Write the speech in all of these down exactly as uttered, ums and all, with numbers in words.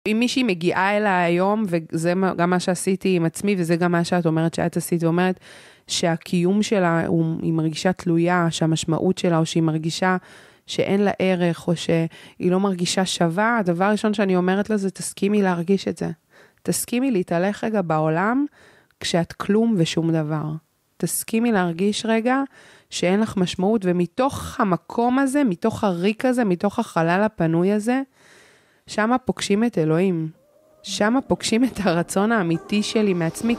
אם מישהי מגיעה אליי היום, וזה גם מה שעשיתי עם עצמי, וזה גם מה שאת אומרת שאת עשית, ואומרת שהקיום שלה, היא מרגישה תלויה, שהמשמעות שלה, או שהיא מרגישה שאין לה ערך, או שהיא לא מרגישה שווה, הדבר הראשון שאני אומרת לה זה, תסכימי להרגיש את זה. תסכימי להתהלך רגע בעולם, כשאת כלום ושום דבר. תסכימי להרגיש רגע, שאין לך משמעות, ומתוך המקום הזה, מתוך הריק הזה, מתוך החלל הפנוי הזה, שמה פוגשים את אלוהים. שמה פוגשים את הרצון האמיתי שלי מעצמי.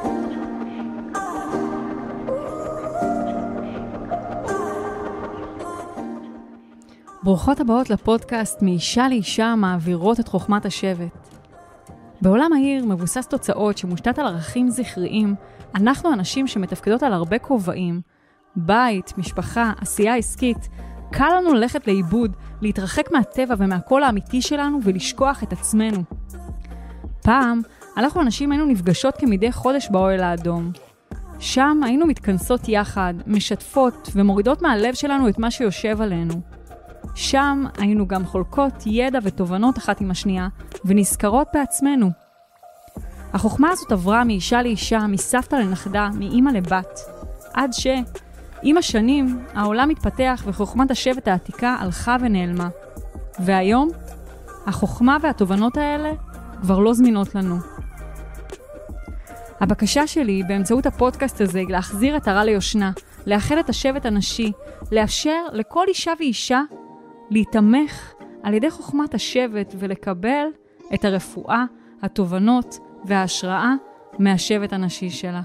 ברוכות הבאות לפודקאסט מאישה לאישה מעבירות את חוכמת השבט. בעולם העיר מבוסס תוצאות שמושתת על ערכים זכריים, אנחנו אנשים שמתפקדות על הרבה כובעים, בית, משפחה, עשייה עסקית, קל לנו ללכת לאיבוד, להתרחק מהטבע ומהקול האמיתי שלנו ולשכוח את עצמנו. פעם, אנחנו אנשים היינו נפגשות כמדי חודש באוהל האדום. שם היינו מתכנסות יחד, משתפות ומורידות מהלב שלנו את מה שיושב עלינו. שם היינו גם חולקות ידע ותובנות אחת עם השנייה, ונזכרות בעצמנו. החוכמה הזאת עברה מאישה לאישה, מסבתא לנכדה, מאמא לבת, עד ש... עם השנים, העולם התפתח וחוכמת השבט העתיקה הלכה ונעלמה. והיום, החוכמה והתובנות האלה כבר לא זמינות לנו. הבקשה שלי באמצעות הפודקאסט הזה היא להחזיר את הרע ליושנה, לאחד את השבט הנשי, לאפשר לכל אישה ואישה להתמך על ידי חוכמת השבט ולקבל את הרפואה, התובנות וההשראה מהשבט הנשי שלה.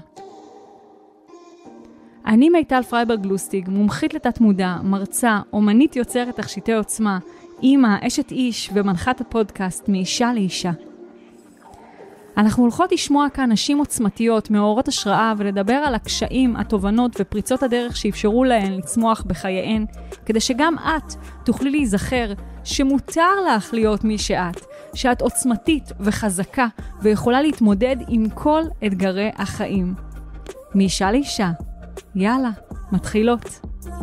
אני מיטל פרייברג גלוסטיג, מומחית לתת מודע, מרצה, אומנית יוצרת תכשיטי עוצמה, אימא, אשת איש ומנחת הפודקאסט מאישה לאישה. אנחנו הולכות לשמוע כאן נשים עוצמתיות, מאורות השראה, ולדבר על הקשיים, התובנות ופריצות הדרך שאפשרו להן לצמוח בחייהן, כדי שגם את תוכלי להיזכר שמותר לך להיות מי שאת, שאת עוצמתית וחזקה ויכולה להתמודד עם כל אתגרי החיים. מאישה לאישה. יאללה, מתחילות.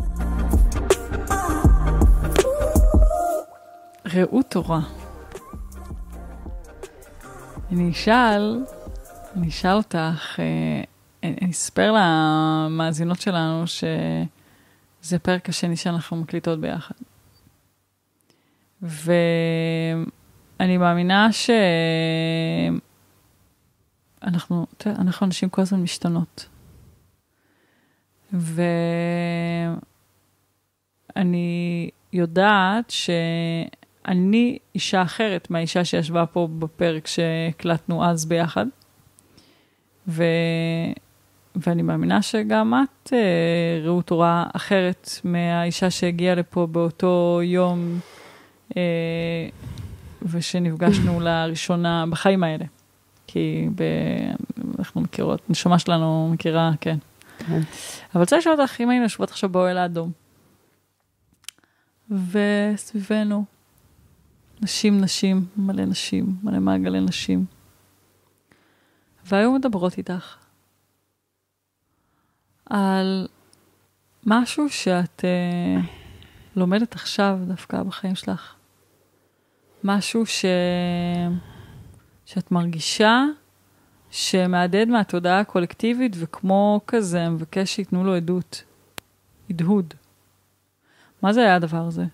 ראו תורה. אני אשאל, אני אשאל אותך, אני אספר למאזינות שלנו שזה פרק השני שאנחנו מקליטות ביחד. ואני מאמינה שאנחנו, אנחנו אנשים כל הזמן משתנות. ואני יודעת שאני אישה אחרת מהאישה שישבה פה בפרק שהקלטנו אז ביחד. ו... ואני מאמינה שגם את ראו תורה אחרת מהאישה שהגיעה לפה באותו יום ושנפגשנו לראשונה בחיים האלה. כי ב... אנחנו מכירות, נשמה שלנו מכירה, כן. אבל רוצה לשאול אותך, אם היינו יושבות עכשיו באוהל האדום, וסביבנו, נשים, נשים, מלא נשים, מלא מעגלי נשים, והיו מדברות איתך על משהו שאת uh, לומדת עכשיו דווקא בחיים שלך, משהו ש... שאת מרגישה שמעדד מהתודעה הקולקטיבית, וכמו כזה, מבקש שיתנו לו עדות, הדהוד. מה זה היה הדבר הזה?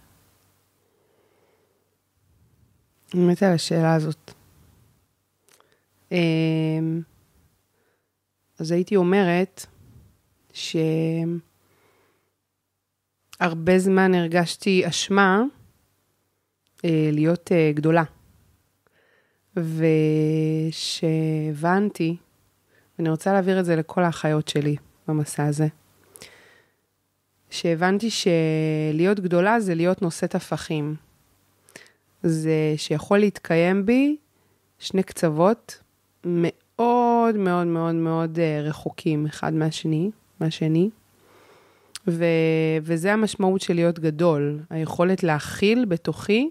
אני מתה על השאלה הזאת. אז הייתי אומרת, שהרבה זמן הרגשתי אשמה להיות גדולה. ושהבנתי, ואני רוצה להעביר את זה לכל האחיות שלי במסע הזה, שהבנתי שלהיות גדולה זה להיות נושאת הפכים. זה שיכול להתקיים בי שני קצוות מאוד מאוד מאוד מאוד רחוקים אחד מהשני, מהשני. ו, וזה המשמעות של להיות גדול, היכולת להכיל בתוכי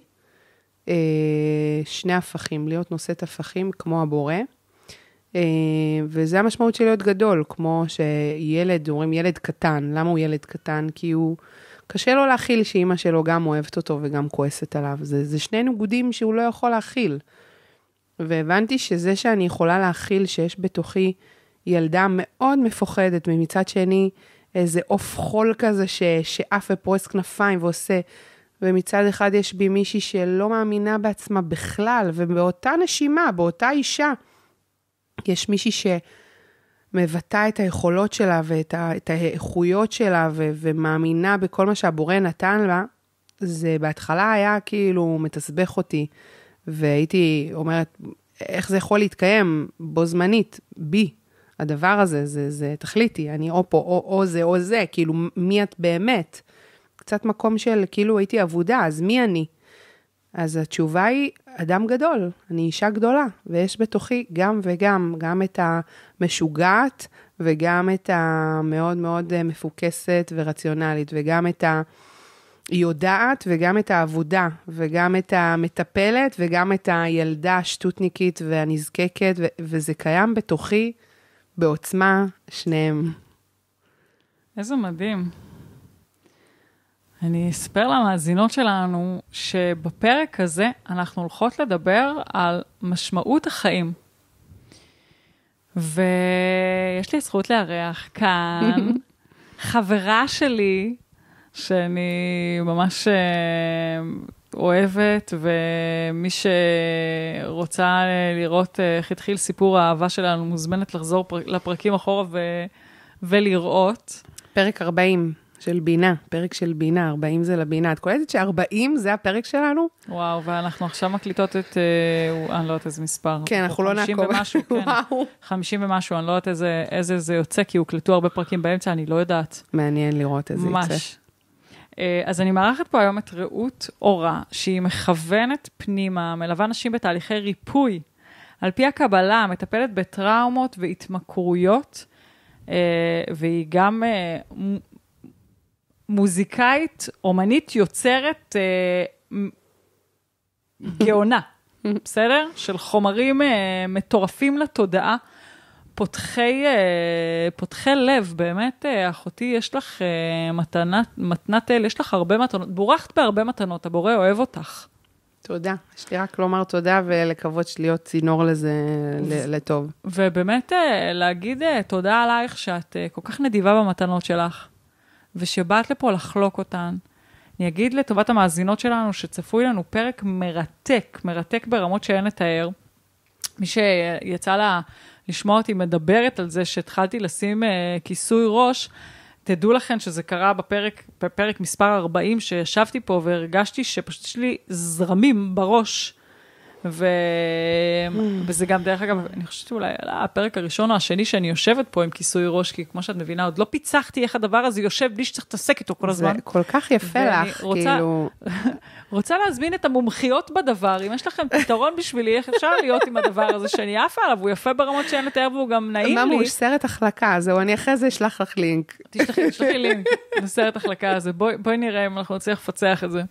שני הפכים, להיות נושאת הפכים כמו הבורא, וזה המשמעות של להיות גדול, כמו שילד, אומרים ילד קטן, למה הוא ילד קטן? כי הוא, קשה לו להכיל שאמא שלו גם אוהבת אותו וגם כועסת עליו, זה, זה שני נגודים שהוא לא יכול להכיל, והבנתי שזה שאני יכולה להכיל שיש בתוכי ילדה מאוד מפוחדת, ומצד שני איזה אוף חול כזה ש, שאף ופורס כנפיים ועושה, ומצד אחד יש בי מישהי שלא מאמינה בעצמה בכלל, ובאותה נשימה, באותה אישה, יש מישהי שמבטא את היכולות שלה, ואת ה, את האיכויות שלה, ו, ומאמינה בכל מה שהבורא נתן לה, זה בהתחלה היה כאילו מתסבך אותי, והייתי אומרת, איך זה יכול להתקיים בו זמנית, בי, הדבר הזה, זה, זה תחליטי, אני או פה, או, או זה, או זה, כאילו, מי את באמת? קצת מקום של, כאילו, הייתי עבודה, אז מי אני? אז התשובה היא, אדם גדול, אני אישה גדולה, ויש בתוכי גם וגם, גם את המשוגעת, וגם את המאוד מאוד מפוקסת ורציונלית, וגם את ה... יודעת, וגם את העבודה, וגם את המטפלת, וגם את הילדה השטותניקית והנזקקת, ו- וזה קיים בתוכי בעוצמה שניהם. איזה מדהים. אני אספר למאזינות שלנו שבפרק הזה אנחנו הולכות לדבר על משמעות החיים. ויש לי זכות לארח כאן חברה שלי, שאני ממש אוהבת, ומי שרוצה לראות איך התחיל סיפור האהבה שלנו, מוזמנת לחזור לפרקים אחורה ו- ולראות. פרק ארבעים של בינה, פרק של בינה, ארבעים זה לבינה. את קולטת ש-ארבעים זה הפרק שלנו? וואו, ואנחנו עכשיו מקליטות את, אני לא יודעת איזה מספר. כן, אנחנו לא נעקוב. חמישים ומשהו, כן. חמישים ומשהו, אני לא יודעת איזה, איזה זה יוצא, כי הוקלטו הרבה פרקים באמצע, אני לא יודעת. מעניין לראות איזה יוצא. ממש. אז אני מארחת פה היום את רעות אורה, שהיא מכוונת פנימה, מלווה נשים בתהליכי ריפוי, על פי הקבלה, מטפלת בטראומות והתמכרויות, והיא גם מוזיקאית, אומנית יוצרת גאונה, בסדר? של חומרים מטורפים לתודעה, פותחי, פותחי לב, באמת, אחותי, יש לך מתנת, מתנת אל, יש לך הרבה מתנות, בורחת בהרבה מתנות, הבורא אוהב אותך. תודה. יש לי רק לומר תודה ולקוות להיות צינור לזה לטוב. ובאמת, להגיד תודה עלייך שאת כל כך נדיבה במתנות שלך, ושבאת לפה לחלוק אותן. אני אגיד לטובת המאזינות שלנו, שצפוי לנו פרק מרתק, מרתק ברמות שאין לתאר. מי שיצא לה לשמוע אותי מדברת על זה, שהתחלתי לשים uh, כיסוי ראש, תדעו לכם שזה קרה בפרק, בפרק מספר ארבעים, שישבתי פה והרגשתי שפשוט יש לי זרמים בראש, ו... וזה גם דרך אגב, אני חושבת אולי, הפרק הראשון או השני שאני יושבת פה עם כיסוי ראש, כי כמו שאת מבינה, עוד לא פיצחתי איך הדבר הזה יושב, בלי שצריך להתעסק איתו כל הזמן. זה כל כך יפה לך, רוצה, כאילו... רוצה להזמין את המומחיות בדבר, אם יש לכם פתרון בשבילי, איך אפשר להיות עם הדבר הזה שאני עפה עליו, הוא יפה ברמות שאין לתאר והוא גם נעים לי. ממש, סרט החלקה, זהו, אני אחרי זה אשלח לך לינק. תשלחי, תשלחי לינק לסרט החלקה הזה, בואי, בואי נראה אם אנחנו נצליח לפצח את זה.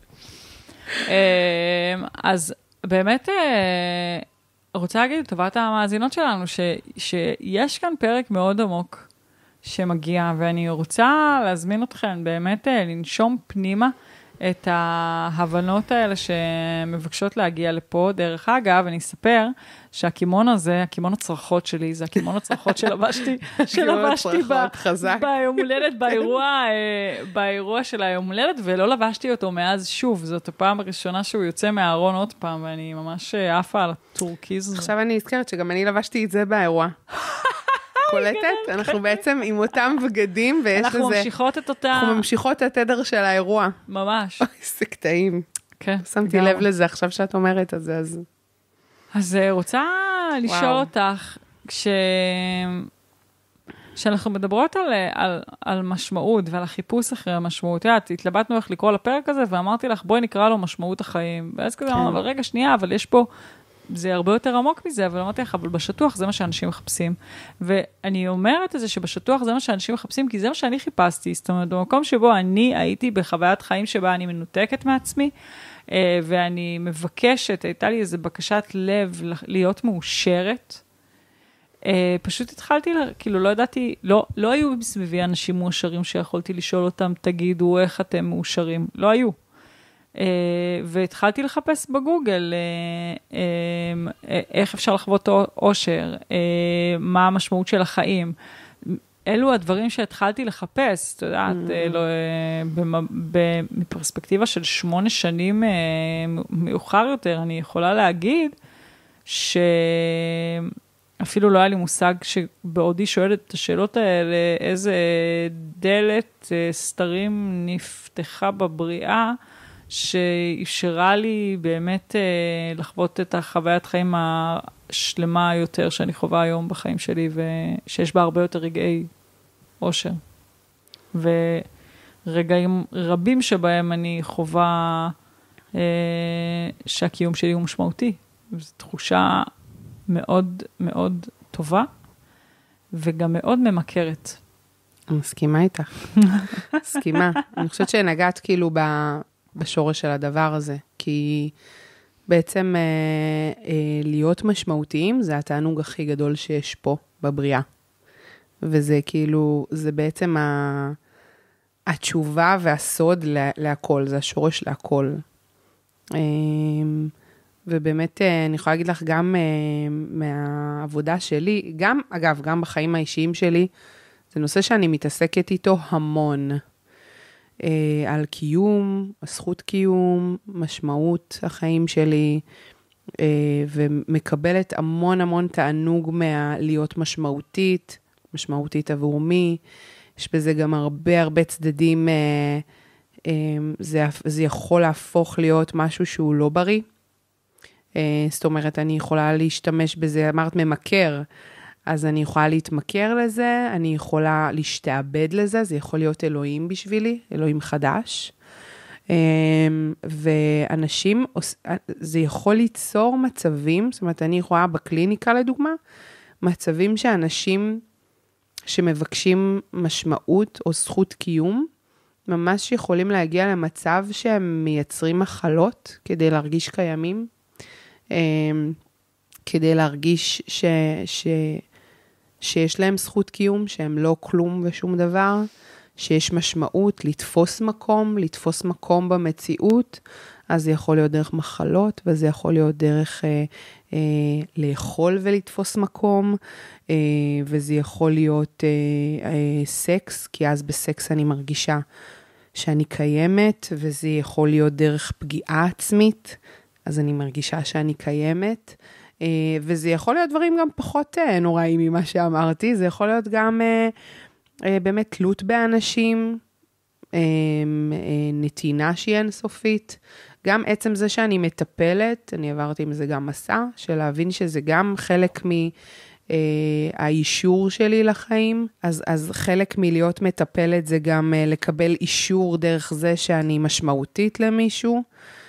אז באמת, רוצה להגיד לטובת המאזינות שלנו, ש, שיש כאן פרק מאוד עמוק שמגיע, ואני רוצה להזמין אתכם באמת לנשום פנימה את ההבנות האלה שמבקשות להגיע לפה. דרך אגב, אני אספר שהכימון הזה, הכימון הצרחות שלי, זה הכימון הצרחות שלבשתי, שלבשתי ביום הולדת, באירוע, באירוע של היום הולדת, ולא לבשתי אותו מאז שוב. זאת הפעם הראשונה שהוא יוצא מהארון עוד פעם, ואני ממש עפה על הטורקיז. עכשיו אני נזכרת שגם אני לבשתי את זה באירוע. קולטת? אנחנו בעצם עם אותם בגדים, ויש לזה... אנחנו ממשיכות את אותה... אנחנו ממשיכות את התדר של האירוע. ממש. אוי, זה קטעים. כן. שמתי לב לזה, עכשיו שאת אומרת את זה, אז... אז רוצה לשאול אותך, כש... כשאנחנו מדברות על, על, על משמעות ועל החיפוש אחרי המשמעות, את התלבטנו איך לקרוא לפרק הזה, ואמרתי לך, בואי נקרא לו משמעות החיים. ואז כזה, אבל רגע, שנייה, אבל יש פה... זה הרבה יותר עמוק מזה, אבל אמרתי לך, אבל בשטוח זה מה שאנשים מחפשים. ואני אומרת את זה שבשטוח זה מה שאנשים מחפשים, כי זה מה שאני חיפשתי. זאת אומרת, במקום שבו אני הייתי בחוויית חיים שבה אני מנותקת מעצמי, ואני מבקשת, הייתה לי איזו בקשת לב להיות מאושרת. פשוט התחלתי, כאילו לא ידעתי, לא, לא היו מסביבי אנשים מאושרים שיכולתי לשאול אותם, תגידו איך אתם מאושרים. לא היו. והתחלתי לחפש בגוגל איך אפשר לחוות אושר, מה המשמעות של החיים. אלו הדברים שהתחלתי לחפש, את יודעת, בפרספקטיבה של שמונה שנים מאוחר יותר, אני יכולה להגיד שאפילו לא היה לי מושג שבעודי שואלת את השאלות האלה, איזה דלת סתרים נפתחה בבריאה, שאפשרה לי באמת לחוות את החוויית חיים השלמה יותר שאני חווה היום בחיים שלי, ושיש בה הרבה יותר רגעי אושר. ורגעים רבים שבהם אני חווה אה, שהקיום שלי הוא משמעותי. וזו תחושה מאוד מאוד טובה, וגם מאוד ממכרת. אני מסכימה איתך. מסכימה. אני חושבת שנגעת כאילו ב... בשורש של הדבר הזה, כי בעצם אה, אה, להיות משמעותיים זה התענוג הכי גדול שיש פה בבריאה. וזה כאילו, זה בעצם ה, התשובה והסוד לה, להכל, זה השורש להכל. אה, ובאמת אה, אני יכולה להגיד לך גם אה, מהעבודה שלי, גם אגב, גם בחיים האישיים שלי, זה נושא שאני מתעסקת איתו המון. על קיום, הזכות קיום, משמעות החיים שלי, ומקבלת המון המון תענוג מהלהיות משמעותית, משמעותית עבור מי. יש בזה גם הרבה הרבה צדדים, זה, זה יכול להפוך להיות משהו שהוא לא בריא. זאת אומרת, אני יכולה להשתמש בזה, אמרת ממכר, אז אני יכולה להתמכר לזה, אני יכולה להשתעבד לזה, זה יכול להיות אלוהים בשבילי, אלוהים חדש. ואנשים, זה יכול ליצור מצבים, זאת אומרת, אני יכולה בקליניקה לדוגמה, מצבים שאנשים שמבקשים משמעות או זכות קיום, ממש יכולים להגיע למצב שהם מייצרים מחלות כדי להרגיש קיימים, כדי להרגיש ש... ש... שיש להם זכות קיום, שהם לא כלום ושום דבר, שיש משמעות, לתפוס מקום, לתפוס מקום במציאות, אז זה יכול להיות דרך מחלות, וזה יכול להיות דרך אה, אה, לאכול ולתפוס מקום, אה, וזה יכול להיות אה, אה, סקס, כי אז בסקס אני מרגישה שאני קיימת, וזה יכול להיות דרך פגיעה עצמית, אז אני מרגישה שאני קיימת, וזה יכול להיות דברים גם פחות נוראים ממה שאמרתי, זה יכול להיות גם באמת תלות באנשים, נתינה שהיא אינסופית, גם עצם זה שאני מטפלת, אני עברתי עם זה גם מסע, של להבין שזה גם חלק מהאישור שלי לחיים, אז, אז חלק מלהיות מטפלת זה גם לקבל אישור דרך זה שאני משמעותית למישהו,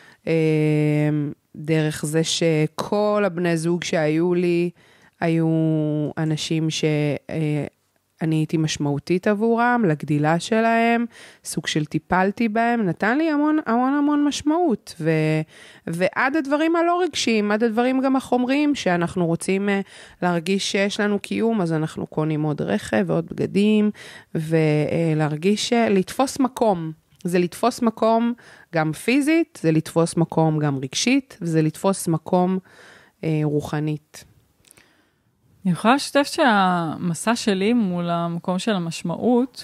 דרך זה שכל הבני זוג שהיו לי, היו אנשים שאני הייתי משמעותית עבורם, לגדילה שלהם, סוג של טיפלתי בהם, נתן לי המון המון המון משמעות, ו, ועד הדברים הלא רגשיים, עד הדברים גם החומריים, שאנחנו רוצים להרגיש שיש לנו קיום, אז אנחנו קונים עוד רכב ועוד בגדים, ולהרגיש, לתפוס מקום, זה לתפוס מקום גם פיזית, זה לתפוס מקום גם רגשית, וזה לתפוס מקום אה, רוחנית. אני יכולה לשתף שהמסע שלי מול המקום של המשמעות,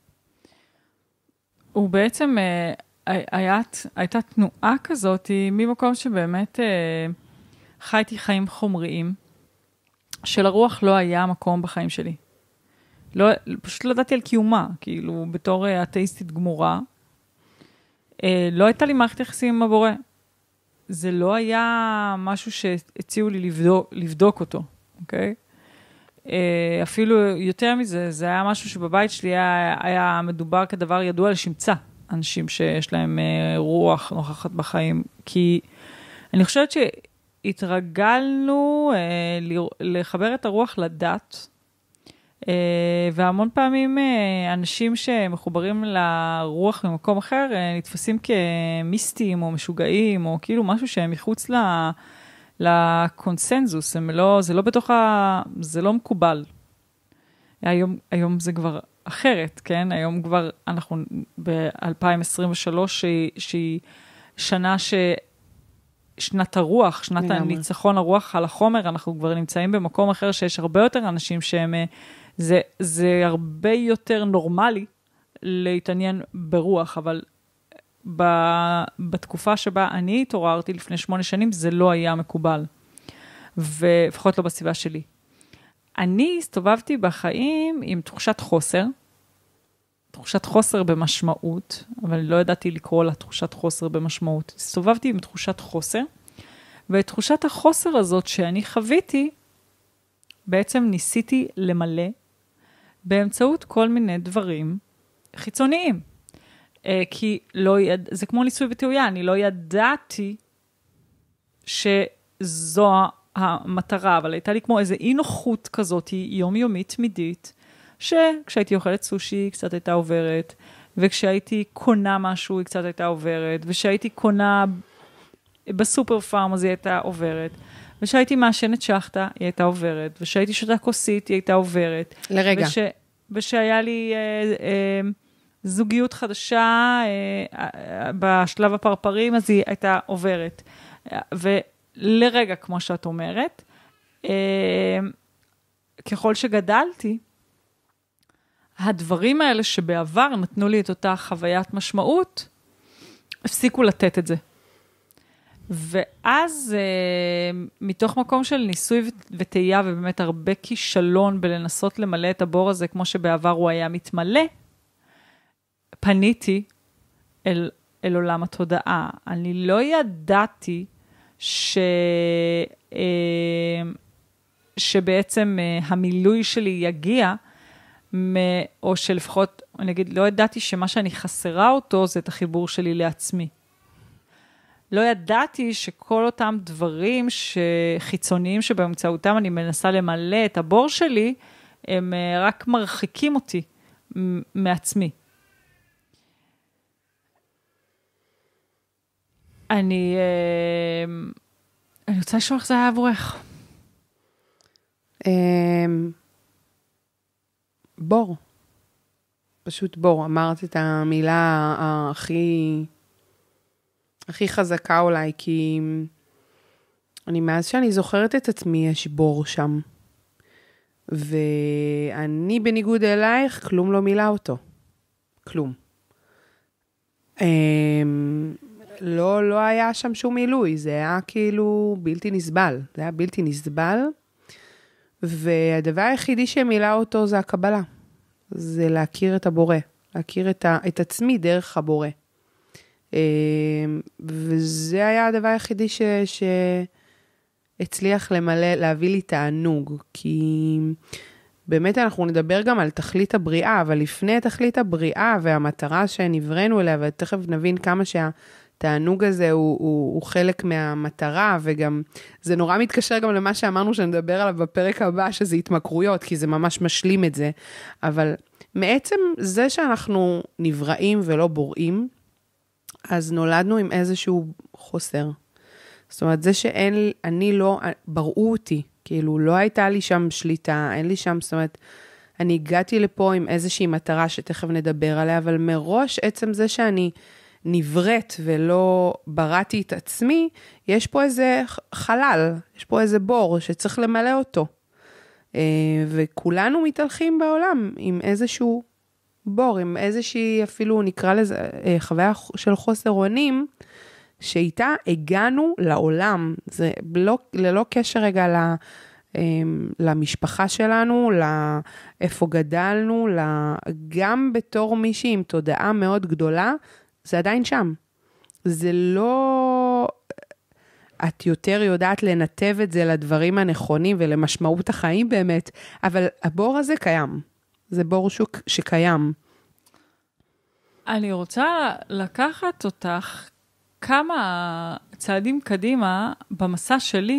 הוא בעצם, אה, היה, הייתה תנועה כזאת, ממקום שבאמת אה, חייתי חיים חומריים, שלרוח לא היה מקום בחיים שלי. לא, פשוט לא ידעתי על קיומה, כאילו בתור אתאיסטית גמורה, לא הייתה לי מערכת יחסים עם הבורא. זה לא היה משהו שהציעו לי לבדוק, לבדוק אותו, אוקיי? אפילו יותר מזה, זה היה משהו שבבית שלי היה, היה מדובר כדבר ידוע לשמצה, אנשים שיש להם רוח נוכחת בחיים, כי אני חושבת שהתרגלנו לחבר את הרוח לדת, והמון פעמים אנשים שמחוברים לרוח ממקום אחר נתפסים כמיסטיים או משוגעים או כאילו משהו שהם מחוץ לקונסנזוס, הם לא, זה לא בתוך ה... זה לא מקובל. היום, היום זה כבר אחרת, כן? היום כבר אנחנו ב-אלפיים עשרים ושלוש שהיא, שהיא שנה ש... שנת הרוח, שנת הניצחון הרוח על החומר, אנחנו כבר נמצאים במקום אחר שיש הרבה יותר אנשים שהם, זה, זה הרבה יותר נורמלי להתעניין ברוח, אבל ב, בתקופה שבה אני התעוררתי לפני שמונה שנים, זה לא היה מקובל, ולפחות לא בסביבה שלי. אני הסתובבתי בחיים עם תחושת חוסר, תחושת חוסר במשמעות, אבל לא ידעתי לקרוא לה תחושת חוסר במשמעות. הסתובבתי עם תחושת חוסר, ואת תחושת החוסר הזאת שאני חוויתי, בעצם ניסיתי למלא, באמצעות כל מיני דברים חיצוניים. כי לא יד... זה כמו ניסוי וטעויה, אני לא ידעתי שזו המטרה, אבל הייתה לי כמו איזו אי נוחות כזאת, יומיומית תמידית, שכשהייתי אוכלת סושי, קצת הייתה עוברת, וכשהייתי קונה משהו, היא קצת הייתה עוברת, וכשהייתי קונה בסופר פארם, אז היא הייתה עוברת, וכשהייתי מעשנת שחטה, היא הייתה עוברת, וכשהייתי שותה כוסית, היא הייתה עוברת. לרגע. וש... ושהיה לי אה, אה, זוגיות חדשה, אה, בשלב הפרפרים, אז היא הייתה עוברת. ולרגע, כמו שאת אומרת, אה, ככל שגדלתי, הדברים האלה שבעבר נתנו לי את אותה חוויית משמעות, הפסיקו לתת את זה. ואז, מתוך מקום של ניסוי וטעייה, ובאמת הרבה כישלון בלנסות למלא את הבור הזה, כמו שבעבר הוא היה מתמלא, פניתי אל, אל עולם התודעה. אני לא ידעתי ש... שבעצם המילוי שלי יגיע, או שלפחות, אני אגיד, לא ידעתי שמה שאני חסרה אותו, זה את החיבור שלי לעצמי. לא ידעתי שכל אותם דברים חיצוניים שבאמצעותם אני מנסה למלא את הבור שלי, הם רק מרחיקים אותי מעצמי. אני, אני רוצה לשאול איך זה היה עבורך. בור. פשוט בור. אמרת את המילה הכי, הכי חזקה אולי, כי אני מאז שאני זוכרת את עצמי, יש בור שם. ואני בניגוד אלייך, כלום לא מילה אותו. כלום. לא, לא היה שם שום מילוי. זה היה כאילו בלתי נסבל. זה היה בלתי נסבל. והדבר היחידי שמילה אותו זה הקבלה. זה להכיר את הבורא. להכיר את, ה, את עצמי דרך הבורא. וזה היה הדבר היחידי ש, שהצליח למלא, להביא לי תענוג. כי באמת אנחנו נדבר גם על תכלית הבריאה, אבל לפני תכלית הבריאה והמטרה שנבראנו אליה, ותכף נבין כמה שה... התענוג הזה הוא, הוא, הוא חלק מהמטרה, וגם זה נורא מתקשר גם למה שאמרנו שנדבר עליו בפרק הבא, שזה התמכרויות, כי זה ממש משלים את זה. אבל מעצם זה שאנחנו נבראים ולא בוראים, אז נולדנו עם איזשהו חוסר. זאת אומרת, זה שאין, אני לא, בראו אותי, כאילו לא הייתה לי שם שליטה, אין לי שם, זאת אומרת, אני הגעתי לפה עם איזושהי מטרה שתכף נדבר עליה, אבל מראש עצם זה שאני נבראת ולא בראתי את עצמי, יש פה איזה חלל, יש פה איזה בור שצריך למלא אותו. וכולנו מתהלכים בעולם עם איזשהו בור, עם איזושהי אפילו נקרא לזה חוויה של חוסר אונים, שאיתה הגענו לעולם. זה לא, ללא קשר רגע ל, למשפחה שלנו, לאיפה גדלנו, גם בתור מישהי עם תודעה מאוד גדולה, זה עדיין שם. זה לא, את יותר יודעת לנתב את זה לדברים הנכונים ולמשמעות החיים באמת, אבל הבור הזה קיים. זה בור שוק שקיים. אני רוצה לקחת אותך כמה צעדים קדימה במסע שלי.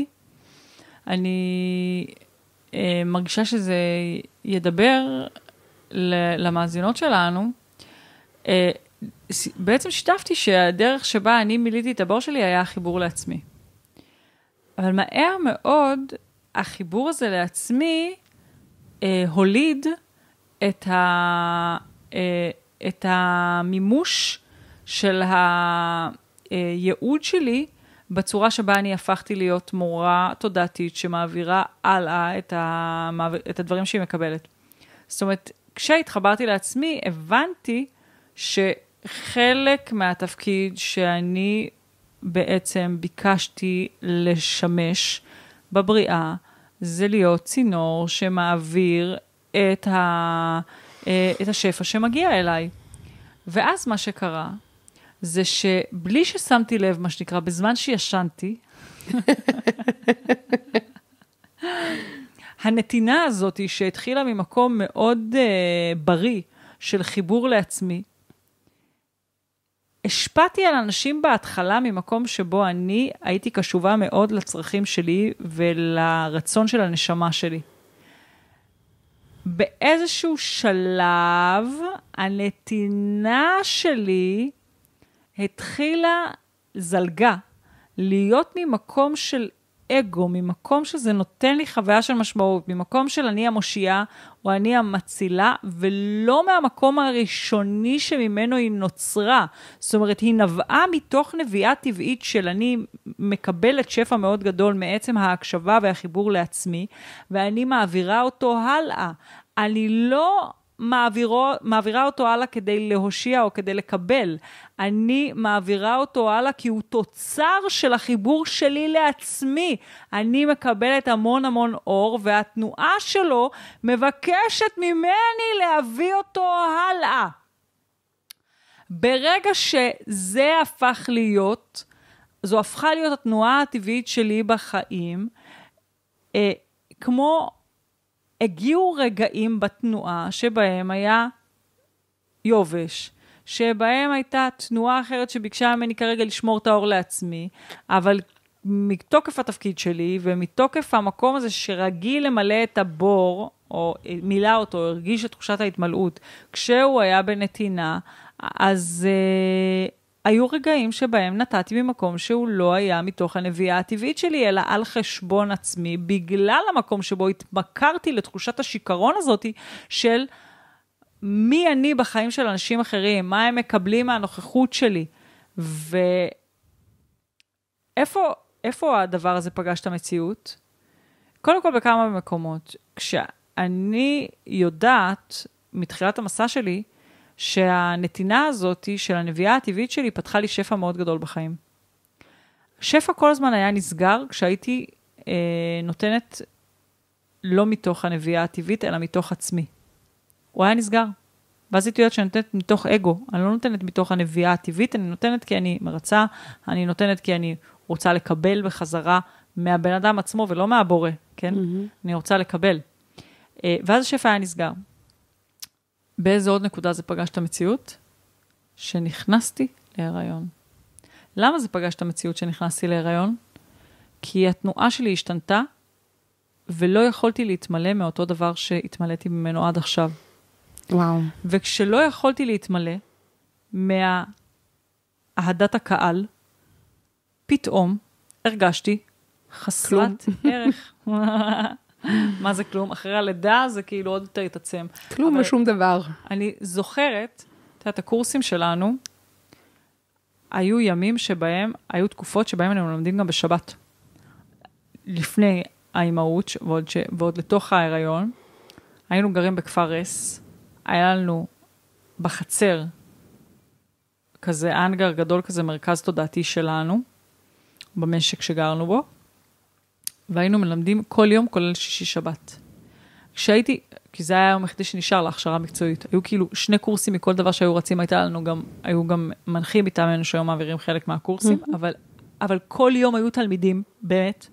אני אה, מרגישה שזה ידבר למאזינות שלנו. אה, בעצם שיתפתי שהדרך שבה אני מיליתי את הבור שלי היה החיבור לעצמי. אבל מהר מאוד, החיבור הזה לעצמי אה, הוליד את, ה, אה, את המימוש של, ה, הייעוד שלי, בצורה שבה אני הפכתי להיות מורה תודעתית, שמעבירה הלאה את, ה... את הדברים שהיא מקבלת. זאת אומרת, כשהתחברתי לעצמי, הבנתי שחלק מהתפקיד שאני בעצם ביקשתי לשמש בבריאה, זה להיות צינור שמעביר את, ה... את השפע שמגיע אליי. ואז מה שקרה, זה שבלי ששמתי לב, מה שנקרא, בזמן שישנתי, הנתינה הזאת שהתחילה ממקום מאוד uh, בריא של חיבור לעצמי, השפעתי על אנשים בהתחלה ממקום שבו אני הייתי קשובה מאוד לצרכים שלי ולרצון של הנשמה שלי. באיזשהו שלב, הנתינה שלי התחילה זלגה, להיות ממקום של אגו, ממקום שזה נותן לי חוויה של משמעות, ממקום של אני המושיעה או אני המצילה, ולא מהמקום הראשוני שממנו היא נוצרה. זאת אומרת, היא נבעה מתוך נביאה טבעית של אני מקבלת שפע מאוד גדול מעצם ההקשבה והחיבור לעצמי, ואני מעבירה אותו הלאה. אני לא מעבירו, מעבירה אותו הלאה כדי להושיע או כדי לקבל. אני מעבירה אותו הלאה כי הוא תוצר של החיבור שלי לעצמי. אני מקבלת המון המון אור, והתנועה שלו מבקשת ממני להביא אותו הלאה. ברגע שזה הפך להיות, זו הפכה להיות התנועה הטבעית שלי בחיים, אה, כמו הגיעו רגעים בתנועה שבהם היה יובש, שבהם הייתה תנועה אחרת שביקשה ממני כרגע לשמור את האור לעצמי, אבל מתוקף התפקיד שלי ומתוקף המקום הזה שרגיל למלא את הבור, או מילא אותו, הרגיש את תחושת ההתמלאות, כשהוא היה בנתינה, אז uh, היו רגעים שבהם נתתי ממקום שהוא לא היה מתוך הנביאה הטבעית שלי, אלא על חשבון עצמי, בגלל המקום שבו התמכרתי לתחושת השיקרון הזאת של מי אני בחיים של אנשים אחרים, מה הם מקבלים מהנוכחות שלי, ואיפה איפה הדבר הזה פגש את המציאות? קודם כל בכמה מקומות. כשאני יודעת מתחילת המסע שלי, שהנתינה הזאת של הנביאה הטבעית שלי פתחה לי שפע מאוד גדול בחיים. שפע כל הזמן היה נסגר כשהייתי אה, נותנת לא מתוך הנביאה הטבעית, אלא מתוך עצמי. הוא היה נסגר. ואז הייתי יודעת שאני נותנת מתוך אגו. אני לא נותנת מתוך הנביאה הטבעית, אני נותנת כי אני מרצה, אני נותנת כי אני רוצה לקבל בחזרה מהבן אדם עצמו ולא מהבורא, כן? Mm-hmm. אני רוצה לקבל. אה, ואז השפע היה נסגר. באיזו עוד נקודה זה פגש את המציאות? שנכנסתי להיריון. למה זה פגש את המציאות שנכנסתי להיריון? כי התנועה שלי השתנתה, ולא יכולתי להתמלא מאותו דבר שהתמלאתי ממנו עד עכשיו. וואו. וכשלא יכולתי להתמלא מהאהדת הקהל, פתאום הרגשתי חסרת ערך. מה זה כלום? אחרי הלידה זה כאילו עוד יותר התעצם. כלום ושום דבר. אני זוכרת, את הקורסים שלנו, היו ימים שבהם, היו תקופות שבהם אנחנו לומדים גם בשבת. לפני האימהות, ועוד, ש... ועוד לתוך ההיריון, היינו גרים בכפר רס, היה לנו בחצר, כזה אנגר גדול, כזה מרכז תודעתי שלנו, במשק שגרנו בו, והיינו מלמדים כל יום, כולל שישי שבת. כשהייתי, כי זה היה היום היחידי שנשאר להכשרה מקצועית, היו כאילו שני קורסים מכל דבר שהיו רצים, הייתה לנו גם, היו גם מנחים מטעמנו שהיום מעבירים חלק מהקורסים, mm-hmm. אבל, אבל כל יום היו תלמידים, באמת,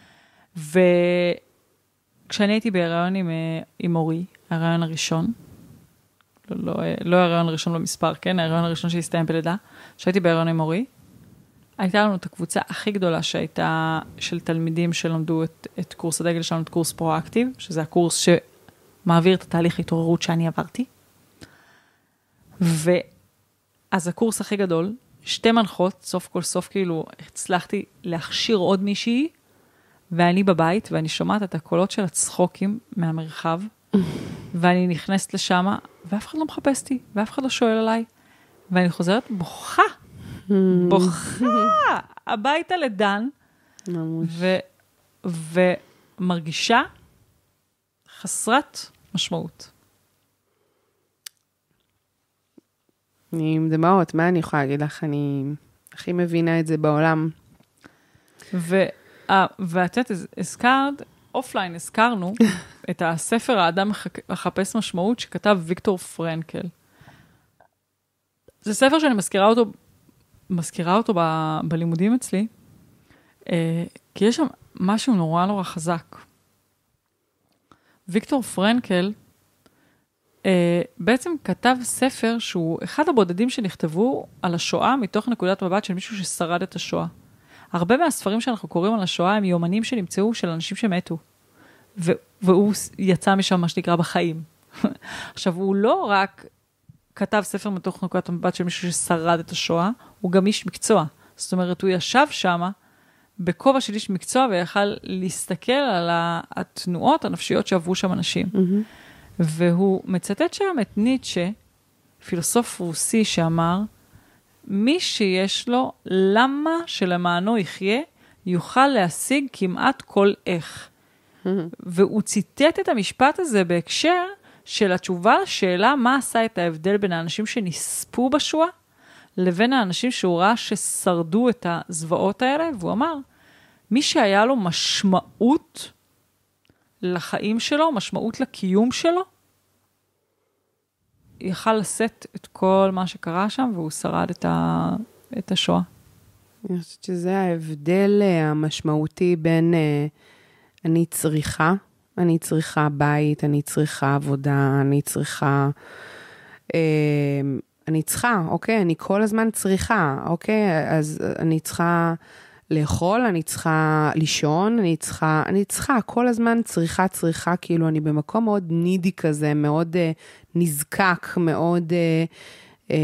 וכשאני הייתי בהיריון עם, עם אורי, ההיריון הראשון, לא, לא, לא ההיריון הראשון במספר, כן, ההיריון הראשון שהסתיים בלידה, כשהייתי בהיריון עם אורי, הייתה לנו את הקבוצה הכי גדולה שהייתה של תלמידים שלמדו את, את קורס הדגל שלנו, את קורס פרואקטיב, שזה הקורס שמעביר את התהליך התעוררות שאני עברתי. ואז הקורס הכי גדול, שתי מנחות, סוף כל סוף כאילו הצלחתי להכשיר עוד מישהי, ואני בבית, ואני שומעת את הקולות של הצחוקים מהמרחב, ואני נכנסת לשם, ואף אחד לא מחפש אותי, ואף אחד לא שואל עליי, ואני חוזרת בוכה, בוכה הביתה לדן, ו, ומרגישה חסרת משמעות. אני עם דמעות, מה אני יכולה להגיד לך? אני הכי מבינה את זה בעולם. ו, ואת יודעת, הזכרת, אופליין הזכרנו את הספר האדם מחפש משמעות שכתב ויקטור פרנקל. זה ספר שאני מזכירה אותו, מזכירה אותו ב, בלימודים אצלי, אה, כי יש שם משהו נורא נורא חזק. ויקטור פרנקל אה, בעצם כתב ספר שהוא אחד הבודדים שנכתבו על השואה מתוך נקודת מבט של מישהו ששרד את השואה. הרבה מהספרים שאנחנו קוראים על השואה הם יומנים שנמצאו של אנשים שמתו. ו- והוא יצא משם מה שנקרא בחיים. עכשיו, הוא לא רק כתב ספר מתוך נקודת מבט של מישהו ששרד את השואה, הוא גם איש מקצוע. זאת אומרת, הוא ישב שם בכובע של איש מקצוע ויכל להסתכל על התנועות הנפשיות שעברו שם אנשים. Mm-hmm. והוא מצטט שם את ניטשה, פילוסוף רוסי שאמר, מי שיש לו למה שלמענו יחיה, יוכל להשיג כמעט כל איך. Mm-hmm. והוא ציטט את המשפט הזה בהקשר של התשובה לשאלה מה עשה את ההבדל בין האנשים שנספו בשואה, לבין האנשים שהוא ראה ששרדו את הזוועות האלה, והוא אמר, מי שהיה לו משמעות לחיים שלו, משמעות לקיום שלו, יכל לשאת את כל מה שקרה שם, והוא שרד את, ה... את השואה. אני חושבת שזה ההבדל המשמעותי בין אני צריכה, אני צריכה בית, אני צריכה עבודה, אני צריכה, אני צריכה, אוקיי? אני כל הזמן צריכה, אוקיי? אז אני צריכה לאכול, אני צריכה לישון, אני צריכה, אני צריכה, כל הזמן צריכה, צריכה, כאילו אני במקום מאוד נידי כזה, מאוד אה, נזקק, מאוד אה, אה,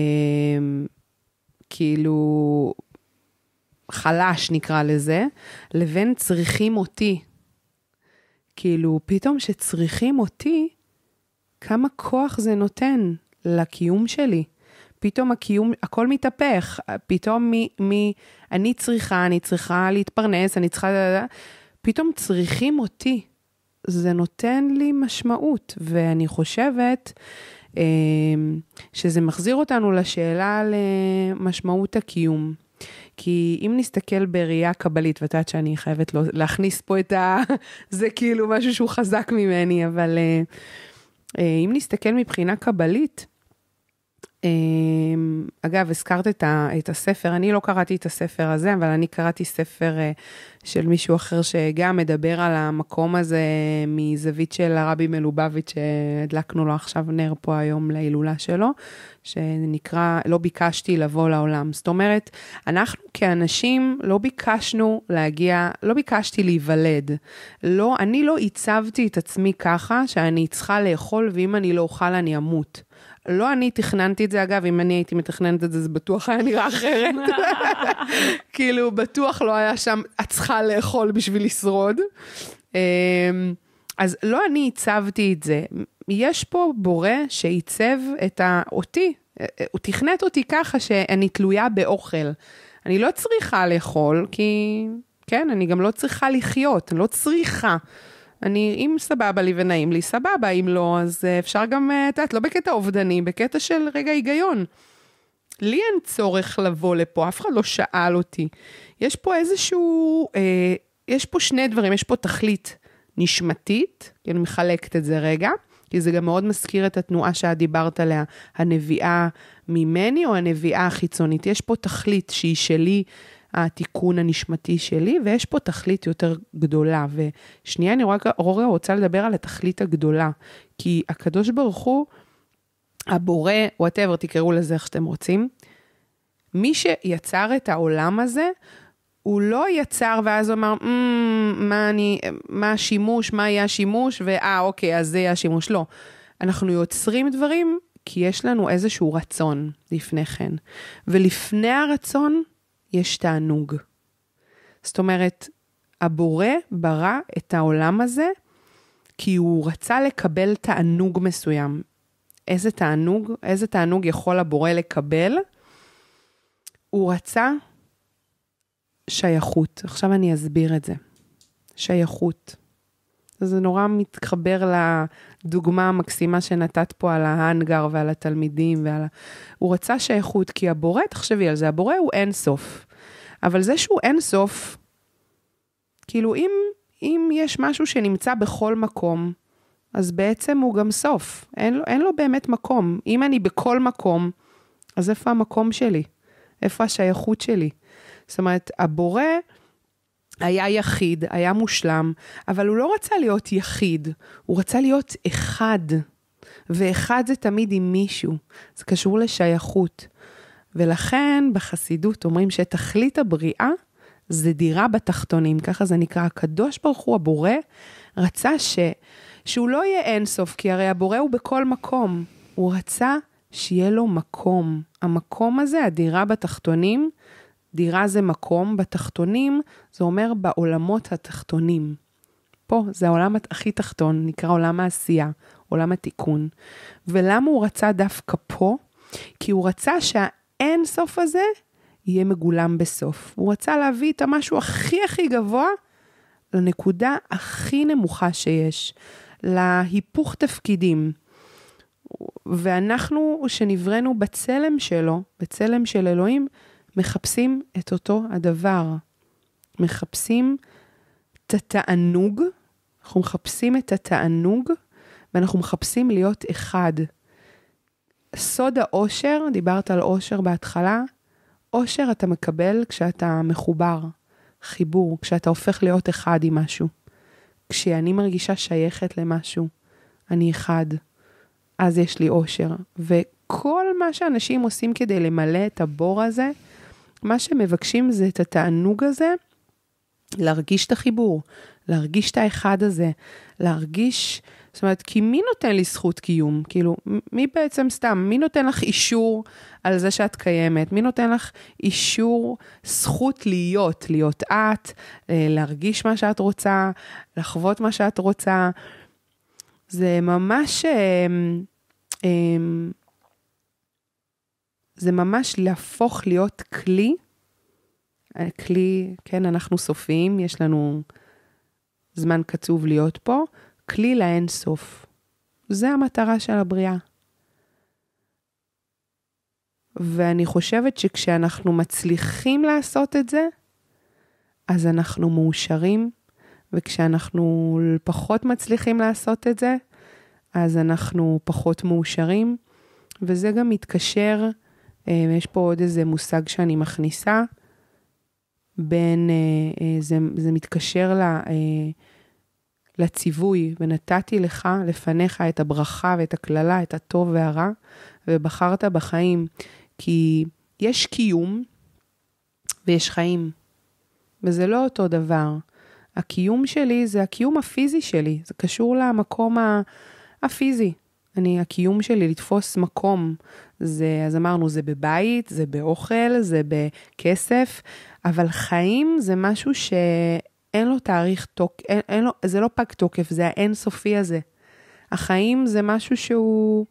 כאילו חלש נקרא לזה, לבין צריכים אותי. כאילו פתאום שצריכים אותי, כמה כוח זה נותן לקיום שלי. פתאום הקיום, הכל מתהפך, פתאום מי, מי, אני צריכה, אני צריכה להתפרנס, אני צריכה, פתאום צריכים אותי. זה נותן לי משמעות, ואני חושבת אה, שזה מחזיר אותנו לשאלה למשמעות הקיום. כי אם נסתכל בראייה קבלית, ואת יודעת שאני חייבת לא, להכניס פה את ה... זה כאילו משהו שהוא חזק ממני, אבל אה, אה, אם נסתכל מבחינה קבלית, אגב, הזכרת את, ה, את הספר, אני לא קראתי את הספר הזה, אבל אני קראתי ספר של מישהו אחר שגם מדבר על המקום הזה מזווית של הרבי מלובביץ' שהדלקנו לו עכשיו נר פה היום להילולה שלו, שנקרא לא ביקשתי לבוא לעולם. זאת אומרת, אנחנו כאנשים לא ביקשנו להגיע, לא ביקשתי להיוולד. לא, אני לא הצבתי את עצמי ככה שאני צריכה לאכול, ואם אני לא אוכל אני אמות. לא אני תכננתי את זה, אגב, אם אני הייתי מתכננת את זה, זה בטוח היה נראה אחרת. כאילו, בטוח לא היה שם, את צריכה לאכול בשביל לשרוד. אז לא אני הצבתי את זה. יש פה בורא שעיצב את אותי, הוא תכנת אותי ככה שאני תלויה באוכל. אני לא צריכה לאכול, כי, כן, אני גם לא צריכה לחיות, אני לא צריכה. אני, אם סבבה לי ונעים לי, סבבה, אם לא, אז אפשר גם, תעת, לא בקטע אובדני, בקטע של רגע היגיון. לי אין צורך לבוא לפה, אף אחד לא שאל אותי. יש פה איזשהו, אה, יש פה שני דברים, יש פה תכלית נשמתית, כי אני מחלקת את זה רגע, כי זה גם מאוד מזכיר את התנועה שאת דיברת עליה, הנביאה ממני או הנביאה החיצונית. יש פה תכלית שהיא שלי, התיקון הנשמתי שלי, ויש פה תכלית יותר גדולה, ושנייה אני רגע רוצה לדבר על התכלית הגדולה, כי הקדוש ברוך הוא, הבורא, whatever, תקראו לזה איך שאתם רוצים, מי שיצר את העולם הזה, הוא לא יצר ואז הוא אמר, mm, מה, אני, מה השימוש, מה יהיה השימוש, ואה, אוקיי, אז זה יהיה השימוש. לא. אנחנו יוצרים דברים, כי יש לנו איזשהו רצון לפני כן. ולפני הרצון, יש תענוג. זאת אומרת, הבורא ברא את העולם הזה, כי הוא רצה לקבל תענוג מסוים. איזה תענוג? איזה תענוג יכול הבורא לקבל? הוא רצה שייכות. עכשיו אני אסביר את זה. שייכות. זה נורא מתחבר לדוגמה המקסימה שנתת פה על ההנגר ועל התלמידים. ועל... הוא רצה שייכות, כי הבורא, תחשבי על זה, הבורא הוא אין סוף. אבל זה שהוא אין סוף, כאילו אם, אם יש משהו שנמצא בכל מקום, אז בעצם הוא גם סוף. אין לו, אין לו באמת מקום. אם אני בכל מקום, אז איפה המקום שלי? איפה השייכות שלי? זאת אומרת, הבורא היה יחיד, היה מושלם, אבל הוא לא רצה להיות יחיד, הוא רצה להיות אחד. ואחד זה תמיד עם מישהו. זה קשור לשייכות. ולכן בחסידות אומרים שתכלית הבריאה זה דירה בתחתונים, ככה זה נקרא. הקדוש ברוך הוא הבורא רצה ש... שהוא לא יהיה אינסוף, כי הרי הבורא הוא בכל מקום. הוא רצה שיהיה לו מקום. המקום הזה, הדירה בתחתונים, דירה זה מקום, בתחתונים זה אומר בעולמות התחתונים. פה זה העולם הכי תחתון, נקרא עולם העשייה, עולם התיקון. ולמה הוא רצה דווקא פה? כי הוא רצה שהאינסוף הזה יהיה מגולם בסוף. הוא רצה להביא את המשהו הכי הכי גבוה לנקודה הכי נמוכה שיש. להיפוך תפקידים. ואנחנו שנברנו בצלם שלו, בצלם של אלוהים, מחפשים את אותו הדבר. מחפשים את התענוג, אנחנו מחפשים את התענוג, ואנחנו מחפשים להיות אחד. סוד האושר, דיברת על אושר בהתחלה, אושר אתה מקבל כשאתה מחובר, חיבור, כשאתה הופך להיות אחד עם משהו. כשאני מרגישה שייכת למשהו, אני אחד, אז יש לי אושר. וכל מה שאנשים עושים כדי למלא את הבור הזה, מה שמבקשים זה את התענוג הזה, להרגיש את החיבור, להרגיש את האחד הזה, להרגיש, זאת אומרת, כי מי נותן לי זכות קיום? כאילו, מי בעצם סתם, מי נותן לך אישור על זה שאת קיימת? מי נותן לך אישור, זכות להיות, להיות את, להרגיש מה שאת רוצה, לחוות מה שאת רוצה? זה ממש, זה ממש להפוך להיות כלי, כלי, כן, אנחנו סופיים, יש לנו זמן קצוב להיות פה, כלי לאין סוף. זה המטרה של הבריאה. ואני חושבת שכשאנחנו מצליחים לעשות את זה, אז אנחנו מאושרים, וכשאנחנו פחות מצליחים לעשות את זה, אז אנחנו פחות מאושרים, וזה גם מתקשר, יש פה עוד איזה מושג שאני מכניסה, בין, זה, זה מתקשר ל, לציווי, ונתתי לך, לפניך את הברכה ואת הכללה, את הטוב והרע, ובחרת בחיים, כי יש קיום ויש חיים, וזה לא אותו דבר. הקיום שלי זה הקיום הפיזי שלי, זה קשור למקום הפיזי. אני, הקיום שלי לתפוס מקום, זה, אז אמרנו, זה בבית, זה באוכל, זה בכסף, אבל חיים זה משהו שאין לו תאריך תוקף, אין, אין לו, זה לא פג תוקף, זה האין סופי הזה. החיים זה משהו שהוא,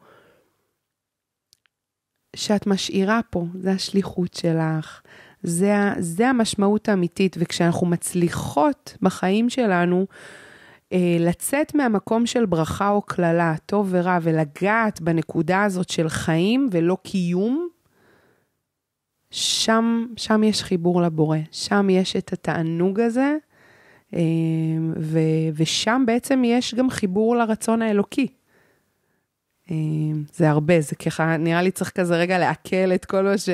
שאת משאירה פה, זה השליחות שלך, זה, זה המשמעות האמיתית, וכשאנחנו מצליחות בחיים שלנו, לצאת מהמקום של ברכה או כללה, טוב ורע, ולגעת בנקודה הזאת של חיים ולא קיום, שם, שם יש חיבור לבורא, שם יש את התענוג הזה, ו, ושם בעצם יש גם חיבור לרצון האלוקי. זה הרבה, זה ככה, נראה לי צריך כזה רגע לעכל את כל מה ש...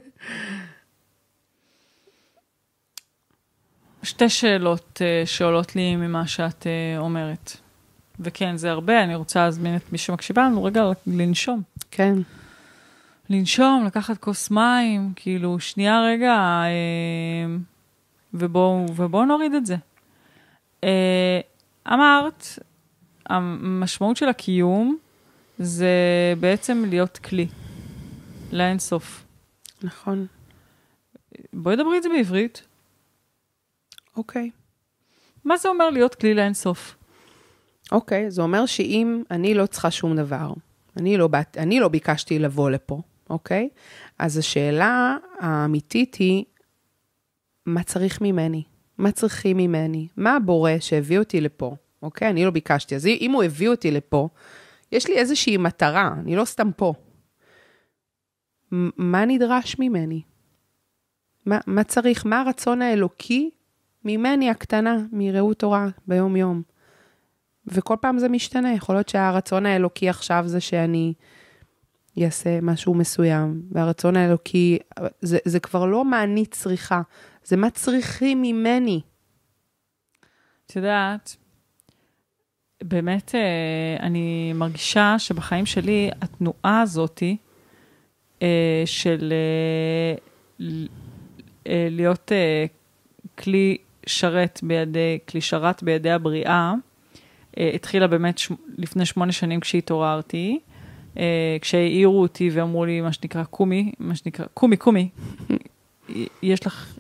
שתי שאלות uh, שעולות לי ממה שאת uh, אומרת. וכן, זה הרבה, אני רוצה להזמין את מי שמקשיבה לנו רגע לנשום. כן. לנשום, לקחת כוס מים, כאילו, שנייה רגע, uh, ובואו ובוא נוריד את זה. Uh, אמרת, המשמעות של הקיום, זה בעצם להיות כלי, לאינסוף. נכון. בואי דברי את זה בעברית. אוקיי. מה זה אומר להיות כלי לאינסוף? אוקיי, זה אומר שאם אני לא צריכה שום דבר, אני לא, באת, אני לא ביקשתי לבוא לפה, אוקיי? אז השאלה האמיתית היא, מה צריך ממני? מה צריכים ממני? מה הבורא שהביא אותי לפה? אוקיי? אני לא ביקשתי. אז אם הוא הביא אותי לפה, יש לי איזושהי מטרה, אני לא סתם פה. מה נדרש ממני? מה, מה צריך? מה הרצון האלוקי ממני הקטנה, מראות תורה ביום יום? וכל פעם זה משתנה. יכול להיות שהרצון האלוקי עכשיו זה שאני יעשה משהו מסוים, והרצון האלוקי, זה, זה כבר לא מה אני צריכה, זה מה צריכים ממני. את יודעת, באמת אני מרגישה שבחיים שלי התנועה הזאת של להיות כלי שרת בידי, כלי שרת בידי הבריאה, התחילה באמת לפני שמונה שנים כשהתעוררתי, כשהעירו אותי ואמרו לי מה שנקרא קומי, מה שנקרא קומי קומי, יש לך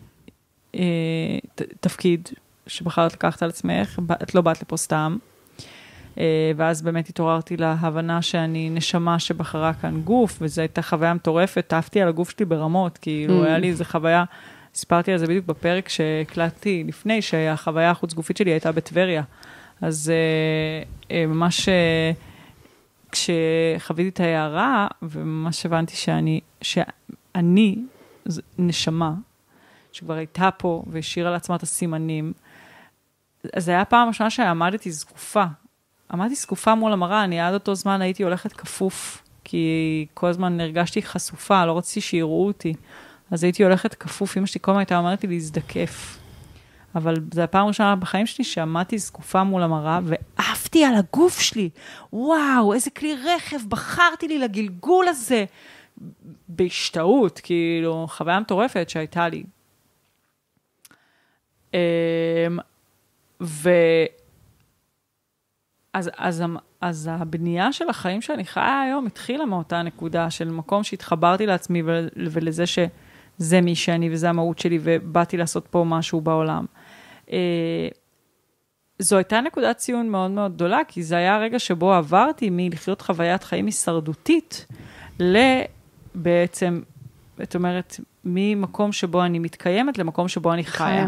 תפקיד שבחרת לקחת על עצמך, את לא באת לפה סתם, ואז באמת התעוררתי להבנה שאני נשמה שבחרה כאן גוף, וזו הייתה חוויה מטורפת, טעפתי על הגוף שלי ברמות, כאילו היה לי איזו חוויה, סיפרתי על זה בדיוק בפרק שהקלטתי לפני, שהחוויה החוץ גופית שלי הייתה בטבריה, אז ממש כשחוויתי את ההערה, וממש הבנתי שאני, שאני נשמה, שכבר הייתה פה והשאירה לעצמה את הסימנים, אז זה היה פעם ראשונה שעמדתי זקופה. עמדתי זקופה מול המראה, אני עד אותו זמן הייתי הולכת כפוף, כי כל הזמן הרגשתי חשופה, לא רציתי שיראו אותי. אז הייתי הולכת כפוף, אמא שלי כל הזמן הייתה אומרת לי להזדקף. אבל זו הפעם ראשונה בחיים שלי שעמדתי זקופה מול המראה, ועפתי על הגוף שלי. וואו, איזה כלי רכב, בחרתי לי לגלגול הזה. בהשתאות, כאילו, חוויה מטורפת שהייתה לי. ו... אז, אז, אז הבנייה של החיים שאני חיה היום התחילה מאותה נקודה של מקום שהתחברתי לעצמי ולזה שזה מי שאני וזה המהות שלי ובאתי לעשות פה משהו בעולם. זו הייתה נקודת ציון מאוד מאוד גדולה, כי זה היה הרגע שבו עברתי מלחיות חוויית חיים הישרדותית לבעצם, את אומרת, ממקום שבו אני מתקיימת למקום שבו אני חיה.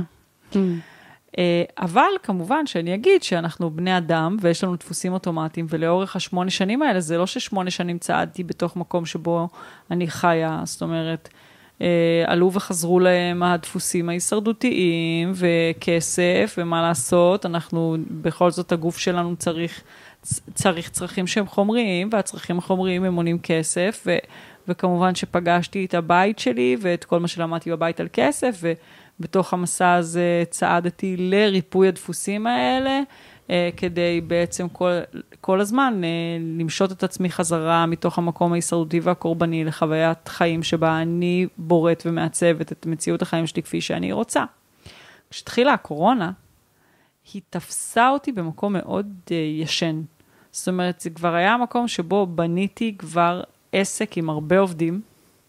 אבל כמובן שאני אגיד שאנחנו בני אדם ויש לנו דפוסים אוטומטיים, ולאורך השמונה שנים האלה, זה לא ששמונה שנים צעדתי בתוך מקום שבו אני חיה, זאת אומרת, עלו וחזרו להם הדפוסים ההישרדותיים וכסף ומה לעשות, אנחנו בכל זאת הגוף שלנו צריך, צריך צרכים שהם חומריים, והצרכים החומריים הם מונים כסף, ו, וכמובן שפגשתי את הבית שלי ואת כל מה שלמדתי בבית על כסף, ו בתוך המסע הזה צעדתי לריפוי הדפוסים האלה, אה, כדי בעצם כל, כל הזמן אה, למשות את עצמי חזרה מתוך המקום ההישרדותי והקורבני לחוויית חיים שבה אני בוראת ומעצבת את מציאות החיים שלי כפי שאני רוצה. כשתחילה הקורונה, היא תפסה אותי במקום מאוד אה, ישן. זאת אומרת, זה כבר היה המקום שבו בניתי כבר עסק עם הרבה עובדים,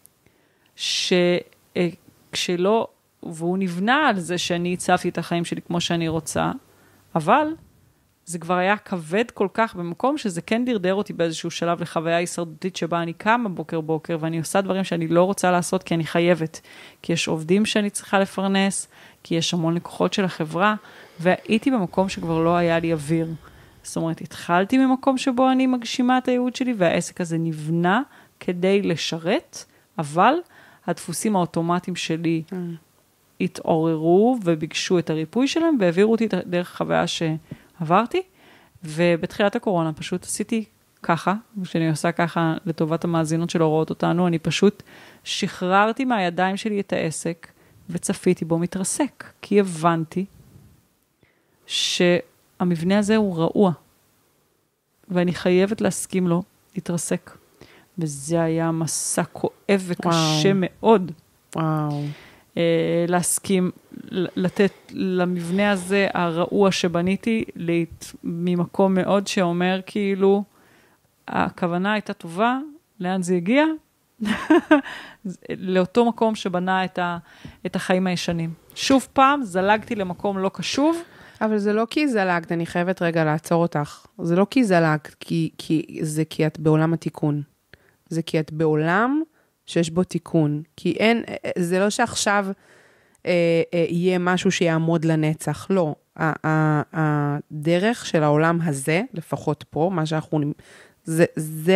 שכשלא, והוא נבנה על זה שאני הצפתי את החיים שלי כמו שאני רוצה, אבל זה כבר היה כבד כל כך במקום שזה כן דרדר אותי באיזשהו שלב לחוויה הישרדותית שבה אני קמה בוקר בוקר, ואני עושה דברים שאני לא רוצה לעשות כי אני חייבת, כי יש עובדים שאני צריכה לפרנס, כי יש המון לקוחות של החברה, והייתי במקום שכבר לא היה לי אוויר. זאת אומרת, התחלתי ממקום שבו אני מגשימה את הייעוד שלי, והעסק הזה נבנה כדי לשרת, אבל הדפוסים האוטומטיים שלי mm. התעוררו וביקשו את הריפוי שלהם, והעבירו אותי דרך חוויה שעברתי, ובתחילת הקורונה פשוט עשיתי ככה, כשאני עושה ככה לטובת המאזינות שלא רואות אותנו, אני פשוט שחררתי מהידיים שלי את העסק, וצפיתי בו מתרסק, כי הבנתי שהמבנה הזה הוא רעוע, ואני חייבת להסכים לו להתרסק. וזה היה מסע כואב וקשה וואו. מאוד. וואו. אה, להסכים, לתת למבנה הזה הרעוע שבניתי, להת, ממקום מאוד שאומר כאילו, הכוונה הייתה טובה, לאן זה הגיע? לאותו מקום שבנה את, ה, את החיים הישנים. שוב פעם, זלגתי למקום לא קשוב. אבל זה לא כי זלגת, אני חייבת רגע לעצור אותך. זה לא כי זלגת, כי, כי, זה כי את בעולם התיקון. זה כי את בעולם שיש בו תיקון. כי אין, זה לא שעכשיו אה, אה, יהיה משהו שיעמוד לנצח, לא. הדרך של העולם הזה, לפחות פה, מה שאנחנו... זה, זה,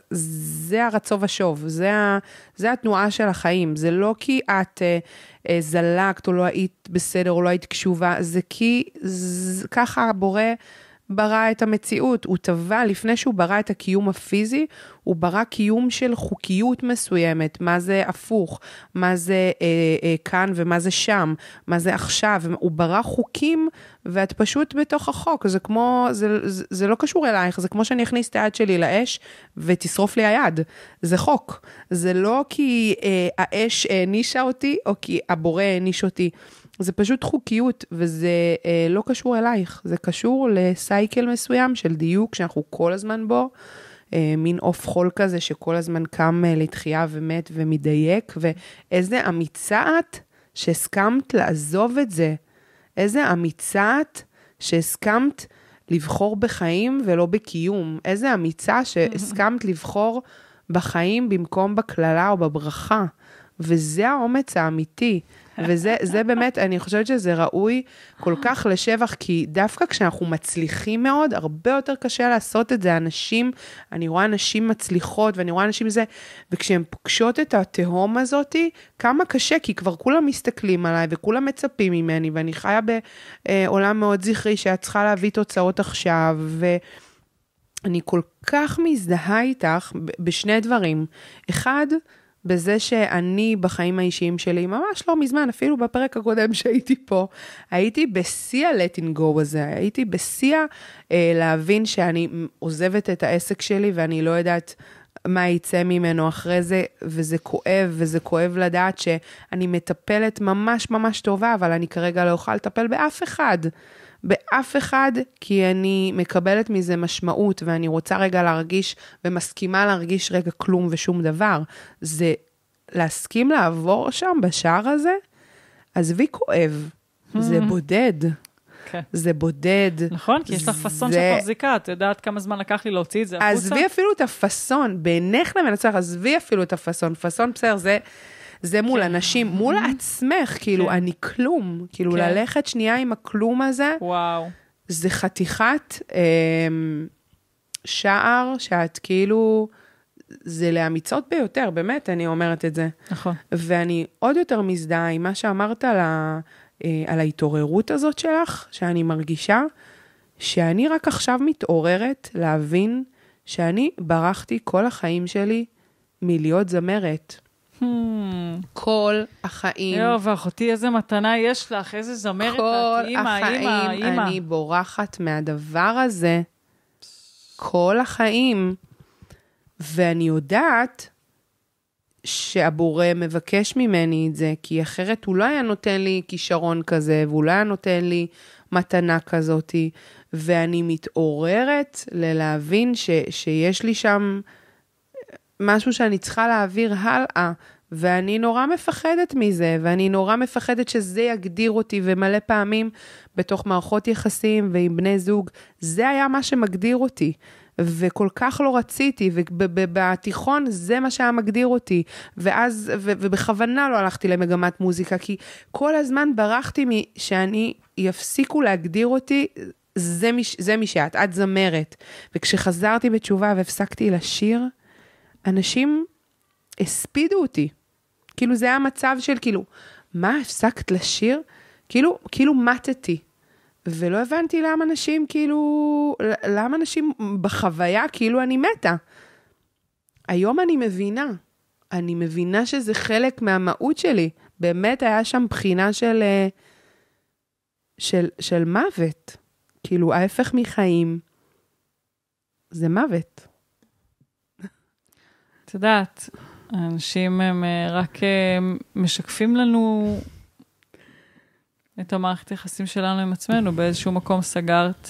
זה הרצוב ושוב, זה, זה התנועה של החיים, זה לא כי את אה, אה, זלקת או לא היית בסדר או לא היית קשובה, זה כי זה, ככה הבורא ברא את המציאות, הוא טבע, לפני שהוא ברא את הקיום הפיזי, הוא ברא קיום של חוקיות מסוימת, מה זה הפוך, מה זה אה, אה, כאן ומה זה שם, מה זה עכשיו, הוא ברא חוקים, ואת פשוט בתוך החוק, זה כמו, זה, זה, זה לא קשור אלייך, זה כמו שאני אכניס את היד שלי לאש, ותשרוף לי היד, זה חוק, זה לא כי אה, האש הענישה אותי, או כי הבורא העניש אותי, זה פשוט חוקיות, וזה אה, לא קשור אלייך, זה קשור לסייקל מסוים של דיוק, שאנחנו כל הזמן בו, אה, מין אוף חול כזה, שכל הזמן קם אה, לתחייה ומת ומדייק, ואיזה אמיצה את שהסכמת לעזוב את זה, איזה אמיצה את שהסכמת לבחור בחיים ולא בקיום, איזה אמיצה שהסכמת לבחור בחיים במקום בכללה או בברכה, וזה האומץ האמיתי, וזה זה באמת, אני חושבת שזה ראוי כל כך לשבח, כי דווקא כשאנחנו מצליחים מאוד, הרבה יותר קשה לעשות את זה. אנשים, אני רואה אנשים מצליחות, ואני רואה אנשים זה, וכשהן פוגשות את התהום הזאת, כמה קשה, כי כבר כולם מסתכלים עליי, וכולם מצפים ממני, ואני חיה בעולם מאוד זכרי, שאת צריכה להביא תוצאות עכשיו, ואני כל כך מזדהה איתך בשני דברים. אחד, בזה שאני בחיים האישיים שלי, ממש לא מזמן, אפילו בפרק הקודם שהייתי פה, הייתי בשיא ה-letting go הזה, הייתי בשיא אה, להבין שאני עוזבת את העסק שלי, ואני לא יודעת מה יצא ממנו אחרי זה, וזה כואב, וזה כואב לדעת שאני מטפלת ממש ממש טובה, אבל אני כרגע לא אוכל לטפל באף אחד, באף אחד, כי אני מקבלת מזה משמעות, ואני רוצה רגע להרגיש, ומסכימה להרגיש רגע כלום ושום דבר. זה להסכים לעבור שם בשער הזה, אז וי כואב, זה בודד. כן. זה בודד. נכון, כי יש לך פסון שאת מחזיקה, את יודעת כמה זמן לקח לי להוציא את זה החוצה? עזבי אפילו את הפסון, בעינך למנצח, עזבי אפילו את הפסון, פסון בסדר, זה... זה מול אנשים, מול עצמך, כאילו, אני כלום, כאילו, ללכת שנייה עם הכלום הזה, וואו. זה חתיכת שער, שאת כאילו, זה לאמיצות ביותר, באמת, אני אומרת את זה. נכון. ואני עוד יותר מזדהה עם מה שאמרת על, ה, על ההתעוררות הזאת שלך, שאני מרגישה, שאני רק עכשיו מתעוררת להבין, שאני ברחתי כל החיים שלי מלהיות זמרת. Hmm. כל החיים. יו, ואחותי, איזה מתנה יש לך, איזה זמרת את, אימא, אימא, אימא. כל החיים אני בורחת מהדבר הזה, כל החיים, ואני יודעת שהבורא מבקש ממני את זה, כי אחרת הוא לא היה נותן לי כישרון כזה, והוא לא היה נותן לי מתנה כזאת, ואני מתעוררת ללהבין ש, שיש לי שם משהו שאני צריכה להעביר הלאה, ואני נורא מפחדת מזה, ואני נורא מפחדת שזה יגדיר אותי, ומלא פעמים בתוך מערכות יחסים ועם בני זוג, זה היה מה שמגדיר אותי, וכל כך לא רציתי, ובתיכון זה מה שהיה מגדיר אותי, ואז, ובכוונה לא הלכתי למגמת מוזיקה, כי כל הזמן ברחתי שאני יפסיקו להגדיר אותי, זה מי, זה מי שאת, את זמרת, וכשחזרתי בתשובה והפסקתי לשיר, אנשים הספידו אותי, כאילו זה היה המצב של כאילו, מה הפסקת לשיר? כאילו, כאילו מתתי, ולא הבנתי למה אנשים כאילו, למה אנשים בחוויה כאילו אני מתה. היום אני מבינה, אני מבינה שזה חלק מהמהות שלי, באמת היה שם בחינה של, של, של מוות, כאילו ההפך מחיים, זה מוות. את יודעת, האנשים הם רק משקפים לנו את המערכת היחסים שלנו עם עצמנו, באיזשהו מקום סגרת,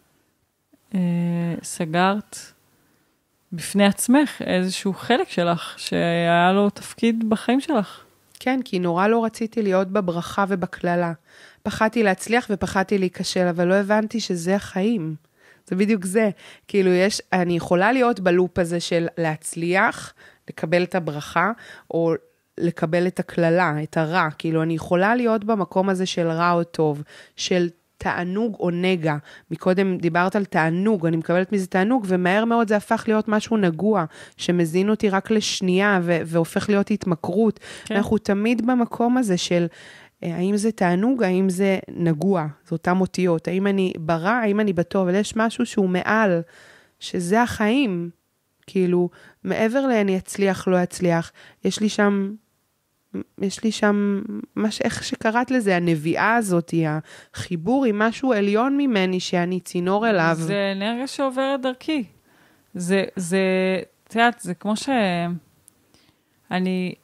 סגרת בפני עצמך איזשהו חלק שלך, שהיה לו תפקיד בחיים שלך. כן, כי נורא לא רציתי להיות בברכה ובכללה. פחדתי להצליח ופחדתי להיכשל, אבל לא הבנתי שזה החיים. זה בדיוק זה. כאילו יש, אני יכולה להיות בלופ הזה של להצליח, לקבל את הברכה, או לקבל את הכללה, את הרע. כאילו, אני יכולה להיות במקום הזה של רע או טוב, של תענוג או נגע. מקודם דיברת על תענוג, אני מקבלת מזה תענוג, ומהר מאוד זה הפך להיות משהו נגוע, שמזין אותי רק לשנייה, ו- והופך להיות התמכרות. כן. אנחנו תמיד במקום הזה של, האם זה תענוג, האם זה נגוע, זה אותם אותיות, האם אני ברע, האם אני בטוב, אבל יש משהו שהוא מעל, שזה החיים, כאילו, מעבר לאני אצליח, לא אצליח, יש לי שם, יש לי שם, מש, איך שקראת לזה, הנביאה הזאת, החיבור עם משהו עליון ממני, שאני צינור אליו. זה אנרגיה שעוברת דרכי. זה, זה, תיאת, זה כמו ש... אני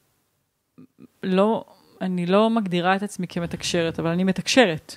לא... אני לא מגדירה את עצמי כמתקשרת, אבל אני מתקשרת.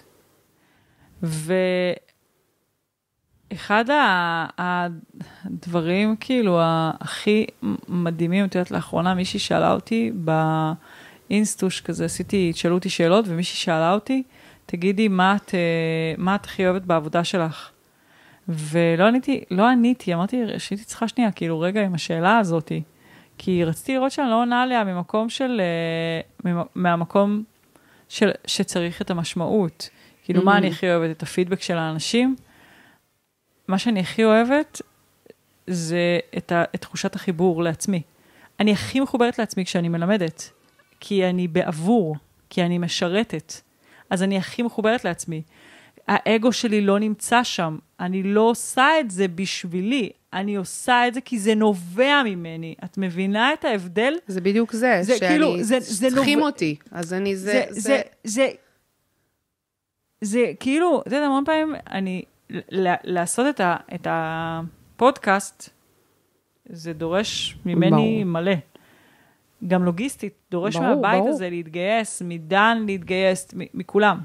ואחד הדברים, כאילו, הכי מדהימים, את יודעת, לאחרונה, מישהי שאלה אותי באינסטוש כזה, עשיתי, שאלו אותי שאלות, ומישהי שאלה אותי, תגידי, מה את, מה את הכי אוהבת בעבודה שלך? ולא עניתי, לא עניתי, אמרתי, שהייתי צריכה שנייה, כאילו, רגע עם השאלה הזאת, כי רציתי לראות שאני לא עונה עליה ממקום של, מהמקום של, שצריך את המשמעות. כאילו, mm-hmm. מה אני הכי אוהבת? את הפידבק של האנשים. מה שאני הכי אוהבת, זה את, ה, את תחושת החיבור לעצמי. אני הכי מחוברת לעצמי כשאני מלמדת, כי אני בעבור, כי אני משרתת. אז אני הכי מחוברת לעצמי. האגו שלי לא נמצא שם. אני לא עושה את זה בשבילי. אני עושה את זה כי זה נובע ממני. את מבינה את ההבדל? זה בדיוק זה, זה שאני כאילו, זה, זה צריכים נובע... אותי. אז אני זה... זה, זה, זה, זה, זה כאילו, אתה יודע, המון פעמים, אני, לעשות את, ה, את הפודקאסט, זה דורש ממני ברור. מלא. גם לוגיסטית, דורש ברור, מהבית ברור. הזה להתגייס, מדן להתגייס, מכולם.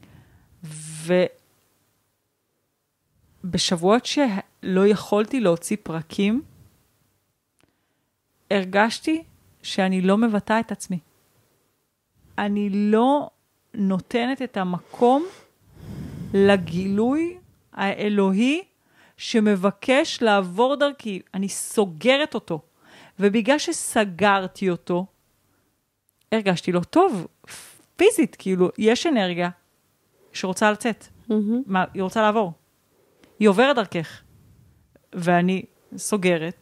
ובשבועות שלא יכולתי להוציא פרקים, הרגשתי שאני לא מבטא את עצמי. אני לא נותנת את המקום לגילוי האלוהי שמבקש לעבור דרכי. אני סוגרת אותו. ובגלל שסגרתי אותו, הרגשתי לא טוב, פיזית, כאילו, יש אנרגיה שרוצה לצאת. Mm-hmm. מה, היא רוצה לעבור. היא עוברת דרכך. ואני סוגרת.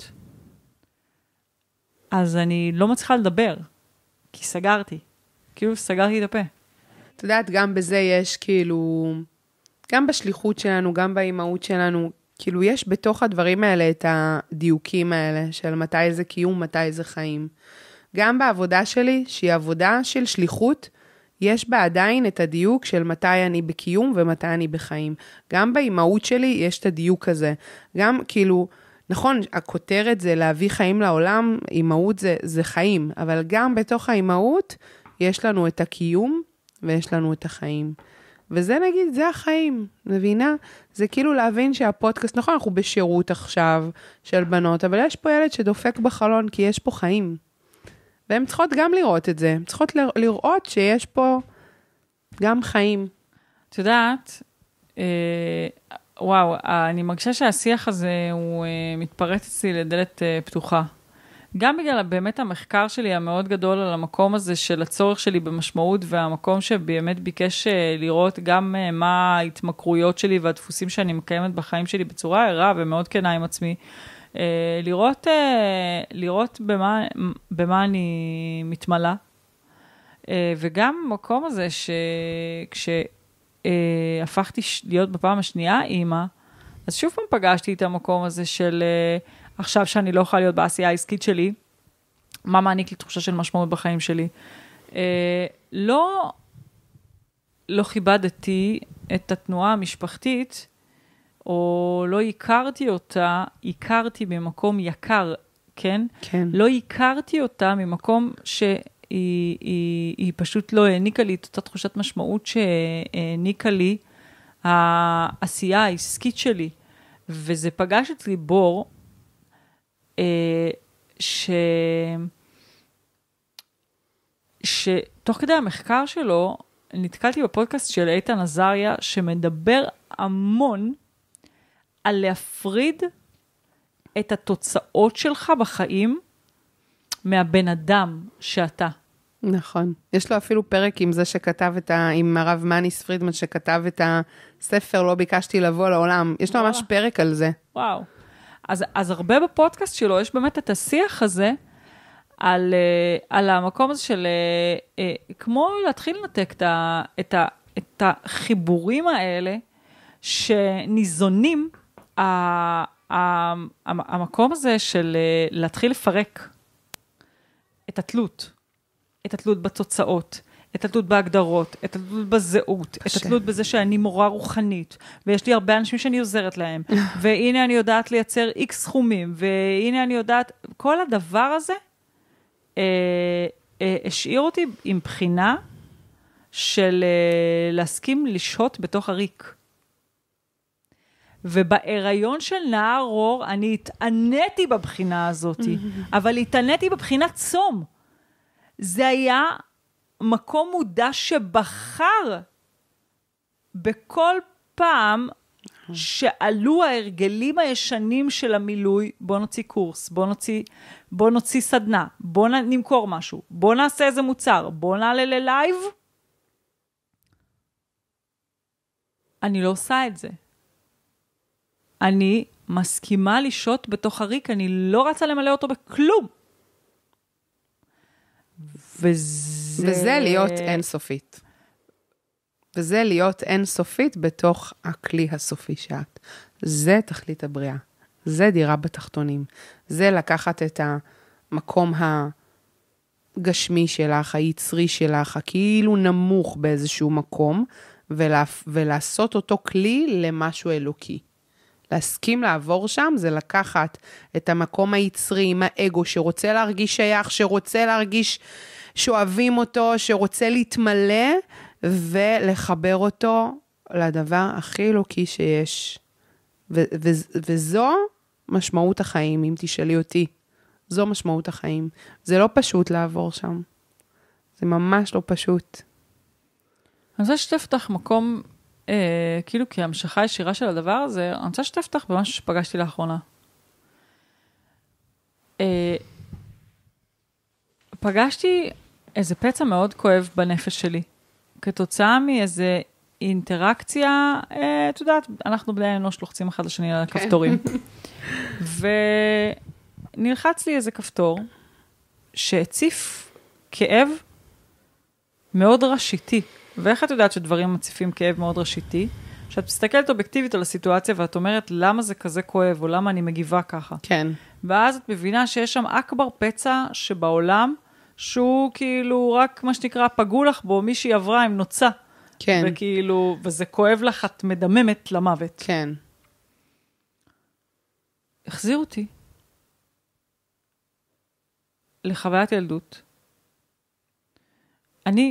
אז אני לא מצליחה לדבר. כי סגרתי. כאילו סגרתי את הפה. את יודעת, גם בזה יש כאילו, גם בשליחות שלנו, גם באימהות שלנו, כאילו יש בתוך הדברים האלה את הדיוקים האלה, של מתי זה קיום, מתי זה חיים. גם בעבודה שלי, שהיא עבודה של שליחות, יש בה עדיין את הדיוק של מתי אני בקיום ומתי אני בחיים. גם באימהות שלי יש את הדיוק הזה. גם כאילו, נכון, הכותרת זה להביא חיים לעולם, אימהות זה, זה חיים, אבל גם בתוך האימהות יש לנו את הקיום ויש לנו את החיים. וזה נגיד, זה החיים, מבינה? זה כאילו להבין שהפודקאסט, נכון, אנחנו בשירות עכשיו של בנות, אבל יש פה ילד שדופק בחלון כי יש פה חיים. והן צריכות גם לראות את זה, הן צריכות לראות שיש פה גם חיים. את יודעת, אה, וואו, אני מרגישה שהשיח הזה הוא אה, מתפרץ אצלי לדלת אה, פתוחה. גם בגלל באמת המחקר שלי המאוד גדול על המקום הזה של הצורך שלי במשמעות, והמקום שבאמת ביקש לראות גם מה ההתמכרויות שלי והדפוסים שאני מקיימת בחיים שלי בצורה ערה ומאוד כנה עם עצמי. לראות, לראות במה, במה אני מתמלה. וגם המקום הזה שכשהפכתי להיות בפעם השנייה אימא, אז שוב פעם פגשתי את המקום הזה של... עכשיו שאני לא יכולה להיות בעשייה העסקית שלי, מה מעניק לי תחושה של משמעות בחיים שלי? אה, לא, לא כיבדתי את התנועה המשפחתית, או לא הכרתי אותה, הכרתי במקום יקר, כן? כן. לא הכרתי אותה ממקום שהיא היא, היא פשוט לא העניקה לי את אותה תחושת משמעות שהעניקה לי העשייה העסקית שלי. וזה פגש אצלי בור, ש... שתוך כדי המחקר שלו, נתקלתי בפודקאסט של איתן עזריה, שמדבר המון על להפריד את התוצאות שלך בחיים, מהבן אדם שאתה. נכון. יש לו אפילו פרק עם זה שכתב את ה... עם הרב מניס פרידמן שכתב את הספר, לא ביקשתי לבוא לעולם. יש לו ממש פרק על זה. וואו. אז, אז הרבה בפודקאסט שלו, יש באמת את השיח הזה, על, על המקום הזה של, כמו להתחיל לנתק את, ה, את, ה, את החיבורים האלה, שניזונים, המקום הזה של להתחיל לפרק את התלות, את התלות בתוצאות, את התלות בהגדרות, את התלות בזהות, את התלות בזה שאני מורה רוחנית, ויש לי הרבה אנשים שאני עוזרת להם, והנה אני יודעת לייצר איקס סכומים, והנה אני יודעת, כל הדבר הזה, אה, אה, השאיר אותי עם בחינה של אה, להסכים לשהות בתוך הריק. ובהיריון של נער אור, אני התעניתי בבחינה הזאת, אבל התעניתי בבחינת צום. זה היה מקום מודע שבחר בכל פעם שעלו ההרגלים הישנים של המילוי, בוא נוציא קורס, בוא נוציא, בוא נוציא סדנה, בוא נמכור משהו, בוא נעשה איזה מוצר, בוא נעלה ללייב. אני לא עושה את זה. אני מסכימה לשהות בתוך הריק, אני לא רצה למלא אותו בכלום. וזה... וזה להיות אינסופית. וזה להיות אינסופית בתוך הכלי הסופי שאת. זה תכלית הבריאה. זה דירה בתחתונים. זה לקחת את המקום הגשמי שלך, היצרי שלך, הכאילו נמוך באיזשהו מקום, ולה... ולעשות אותו כלי למשהו אלוקי. להסכים לעבור שם, זה לקחת את המקום היצרי עם האגו, שרוצה להרגיש שייך, שרוצה להרגיש שאוהבים אותו, שרוצה להתמלא, ולחבר אותו לדבר הכי אלוקי שיש. ו- ו- וזו משמעות החיים, אם תשאלי אותי. זו משמעות החיים. זה לא פשוט לעבור שם. זה ממש לא פשוט. אני רוצה לשתף אותך מקום... אה, כאילו כהמשכה ישירה של הדבר הזה, אני רוצה לשתף אותך במשהו שפגשתי לאחרונה. אה, פגשתי איזה פצע מאוד כואב בנפש שלי, כתוצאה מאיזה אינטראקציה, אה, את יודעת, אנחנו בני האנוש לוחצים אחד לשני על הכפתורים. ונלחץ לי איזה כפתור, שהציף כאב מאוד ראשיתי. ואיך את יודעת שדברים מציפים כאב מאוד ראשיתי? שאת מסתכלת אובייקטיבית על הסיטואציה, ואת אומרת, למה זה כזה כואב, או למה אני מגיבה ככה? כן. ואז את מבינה שיש שם אכבר פצע שבעולם, שהוא כאילו רק מה שנקרא, פגעו לך בו, מישהי עברה עם נוצה. כן. וכאילו, וזה כואב לך, את מדממת למוות. כן. החזיר אותי לחוויית ילדות. אני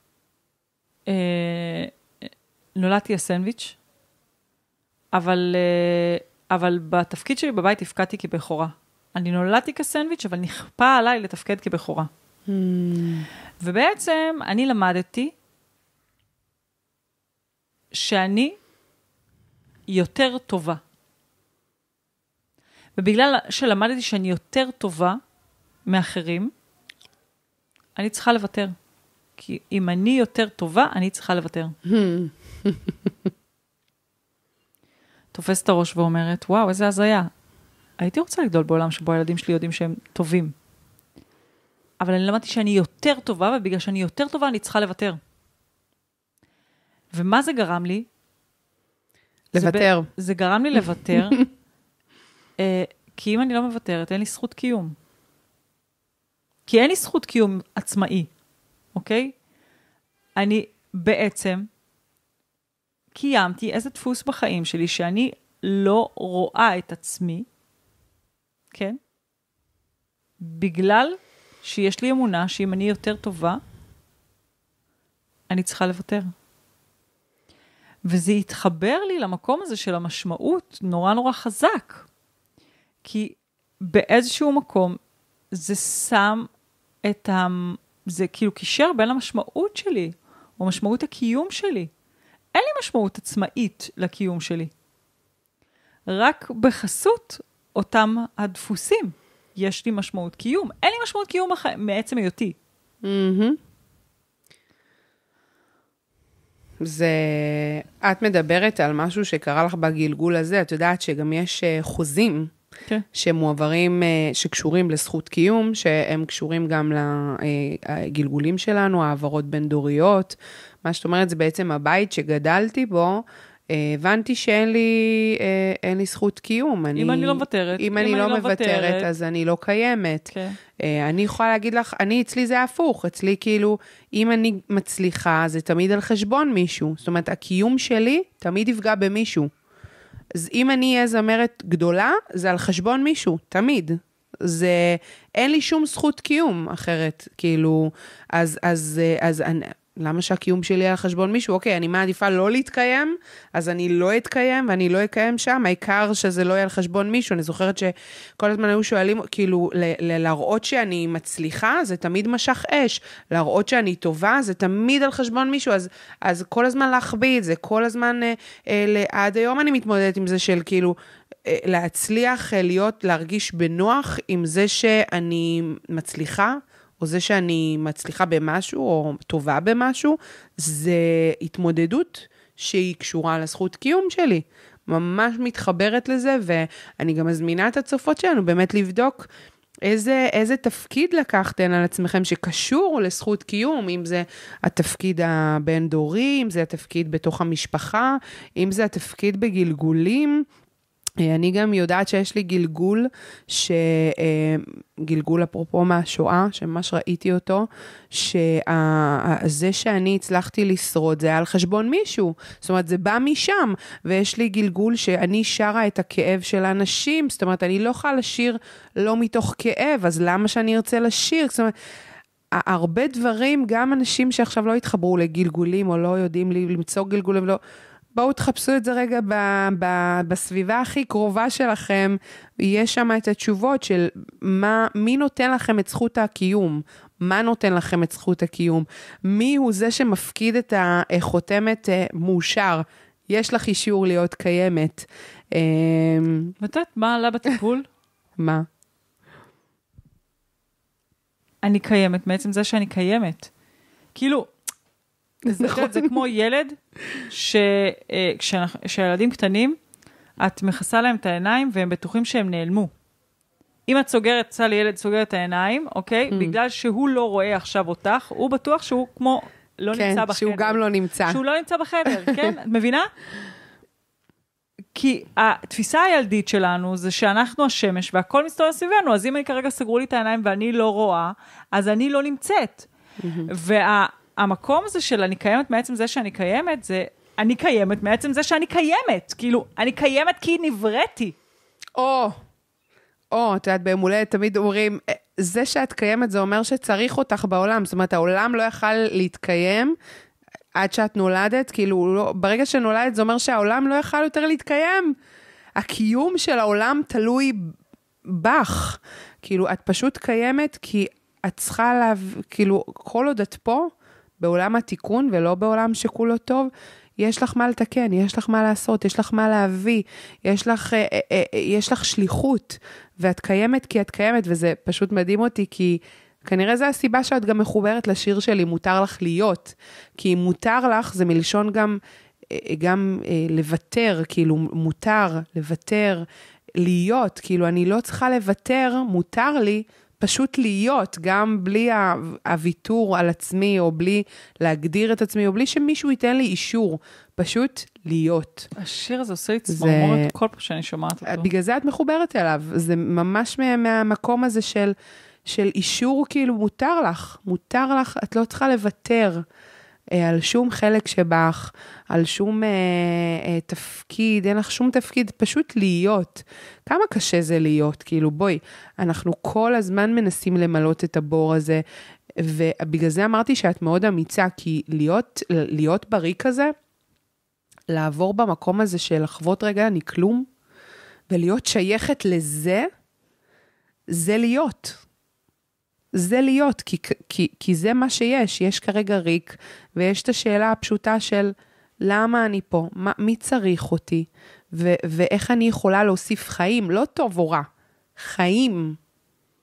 אה, נולדתי הסנדוויץ', אבל, אה, אבל בתפקיד שלי בבית הפקדתי כבחורה. אני נולדתי כסנדוויץ', אבל נכפה עליי לתפקד כבחורה. Hmm. ובעצם אני למדתי שאני יותר טובה. ובגלל שלמדתי שאני יותר טובה מאחרים, אני צריכה לוותר. כי אם אני יותר טובה, אני צריכה לוותר. תופסת הראש ואומרת, וואו, איזה הזיה. הייתי רוצה לגדול בעולם שבו הילדים שלי יודעים שהם טובים. אבל אני למדתי שאני יותר טובה, ובגלל שאני יותר טובה, אני צריכה לוותר. ומה זה גרם לי? לוותר. זה, זה גרם לי לוותר, אה, כי אם אני לא מוותרת, אין לי זכות קיום. כי אין לי זכות קיום עצמאי. אוקיי? אני בעצם קיימתי איזה דפוס בחיים שלי שאני לא רואה את עצמי, כן? בגלל שיש לי אמונה שאם אני יותר טובה, אני צריכה לוותר. וזה התחבר לי למקום הזה של המשמעות נורא נורא חזק. כי באיזשהו מקום זה שם את ה... זה כאילו קישר בין המשמעות שלי, או משמעות הקיום שלי. אין לי משמעות עצמאית לקיום שלי. רק בחסות אותם הדפוסים. יש לי משמעות קיום. אין לי משמעות קיום אח... מעצם היותי. Mm-hmm. זה, את מדברת על משהו שקרה לך בגלגול הזה, את יודעת שגם יש חוזים, okay. שמועברים, שקשורים לזכות קיום, שהם קשורים גם לגלגולים שלנו, העברות בין דוריות, מה שאת אומרת זה בעצם הבית שגדלתי בו, הבנתי שאין לי, אין לי זכות קיום. אם אני לא מוותרת. אם אני לא מוותרת, אז אני לא קיימת. אני יכולה להגיד לך, אני אצלי זה הפוך, אצלי כאילו, אם אני מצליחה, זה תמיד על חשבון מישהו. זאת אומרת, הקיום שלי תמיד יפגע במישהו. אז אם אני אהיה זמרת גדולה, זה על חשבון מישהו, תמיד. זה, אין לי שום זכות קיום אחרת, כאילו, אז, אז, אז, אני, למה שהקיום שלי על חשבון מישהו? אוקיי, אני מעדיפה לא להתקיים, אז אני לא אתקיים, ואני לא אקיים שם, העיקר שזה לא יהיה על חשבון מישהו. אני זוכרת שכל הזמן היו שואלים, כאילו, להראות שאני מצליחה, זה תמיד משך אש, להראות שאני טובה, זה תמיד על חשבון מישהו, אז, אז כל הזמן להחביא את זה, כל הזמן, אה, אה, עד היום אני מתמודדת עם זה של כאילו, אה, להצליח, אה, להיות, להרגיש בנוח עם זה שאני מצליחה, או זה שאני מצליחה במשהו, או טובה במשהו, זה התמודדות שהיא קשורה לזכות קיום שלי. ממש מתחברת לזה, ואני גם מזמינה את הצופות שלנו, באמת לבדוק איזה, איזה תפקיד לקחתן על עצמכם שקשור לזכות קיום, אם זה התפקיד הבין דורי, אם זה התפקיד בתוך המשפחה, אם זה התפקיד בגלגולים, אני גם יודעת שיש לי גלגול, גלגול אפרופו מהשואה, שממש ראיתי אותו, שזה שאני הצלחתי לשרוד, זה היה על חשבון מישהו, זאת אומרת, זה בא משם, ויש לי גלגול שאני שרה את הכאב של האנשים, זאת אומרת, אני לא יכולה לשיר לא מתוך כאב, אז למה שאני ארצה לשיר? זאת אומרת, הרבה דברים, גם אנשים שעכשיו לא התחברו לגלגולים, או לא יודעים למצוא גלגולים, לא... בואו תחפשו את זה רגע ב, ב, בסביבה הכי קרובה שלכם, יש שם את התשובות של מה, מי נותן לכם את זכות הקיום, מה נותן לכם את זכות הקיום, מי הוא זה שמפקיד את החותמת מאושר, יש לך אישור להיות קיימת. יודעת מה עלה בטיפול? מה? אני קיימת, בעצם זה שאני קיימת. כאילו, זה, זה כמו ילד, כשהילדים קטנים, את מכסה להם את העיניים, והם בטוחים שהם נעלמו. אם את סוגרת, צא לילד סוגר את העיניים, אוקיי? Mm. בגלל שהוא לא רואה עכשיו אותך, הוא בטוח שהוא כמו לא כן, נמצא בחדר. שהוא גם לא נמצא. שהוא לא נמצא בחדר, כן? את מבינה? כי התפיסה הילדית שלנו, זה שאנחנו השמש, והכל מסתובב סביבנו, אז אם אני כרגע סגרו לי את העיניים, ואני לא רואה, אז אני לא נמצאת. Mm-hmm. וה... המקום הזה של אני קיימת מעצם זה שאני קיימת, זה אני קיימת מעצם זה שאני קיימת. כאילו, אני קיימת כי נבראתי. או, או, את יודעת, בהמולדת תמיד אומרים, זה שאת קיימת זה אומר שצריך אותך בעולם. זאת אומרת, העולם לא יכל להתקיים עד שאת נולדת. כאילו, לא, ברגע שנולדת זה אומר שהעולם לא יכל יותר להתקיים. הקיום של העולם תלוי בך. כאילו, את פשוט קיימת כי את צריכה לה, כאילו, כל עוד את פה, בעולם התיקון ולא בעולם שכולו טוב, יש לך מה לתקן, יש לך מה לעשות, יש לך מה להביא, יש לך, אה, אה, אה, יש לך שליחות, ואת קיימת כי את קיימת, וזה פשוט מדהים אותי, כי כנראה זה הסיבה שאת גם מחוברת לשיר שלי, מותר לך להיות, כי מותר לך, זה מלשון גם, אה, גם אה, לוותר, כאילו מותר לוותר, להיות, כאילו אני לא צריכה לוותר, מותר לי, פשוט להיות, גם בלי הוויתור על עצמי, או בלי להגדיר את עצמי, או בלי שמישהו ייתן לי אישור, פשוט להיות. השיר הזה עושה לי צמרמורת זה... כל פעם שאני שומעת אותו. בגלל זה את מחוברת אליו, זה ממש מה, מהמקום הזה של, של אישור, כאילו מותר לך, מותר לך, את לא צריכה לוותר, על שום חלק שבך, על שום אה, אה, תפקיד, אין לך שום תפקיד, פשוט להיות. כמה קשה זה להיות, כאילו בואי, אנחנו כל הזמן מנסים למלות את הבור הזה, ובגלל זה אמרתי שאת מאוד אמיצה, כי להיות, להיות בריא כזה, לעבור במקום הזה של לחוות רגע אני כלום, ולהיות שייכת לזה, זה להיות. זה להיות, כי, כי, כי זה מה שיש, יש כרגע ריק, ויש את השאלה הפשוטה של, למה אני פה? מה, מי צריך אותי? ו, ואיך אני יכולה להוסיף חיים? לא טוב או רע, חיים.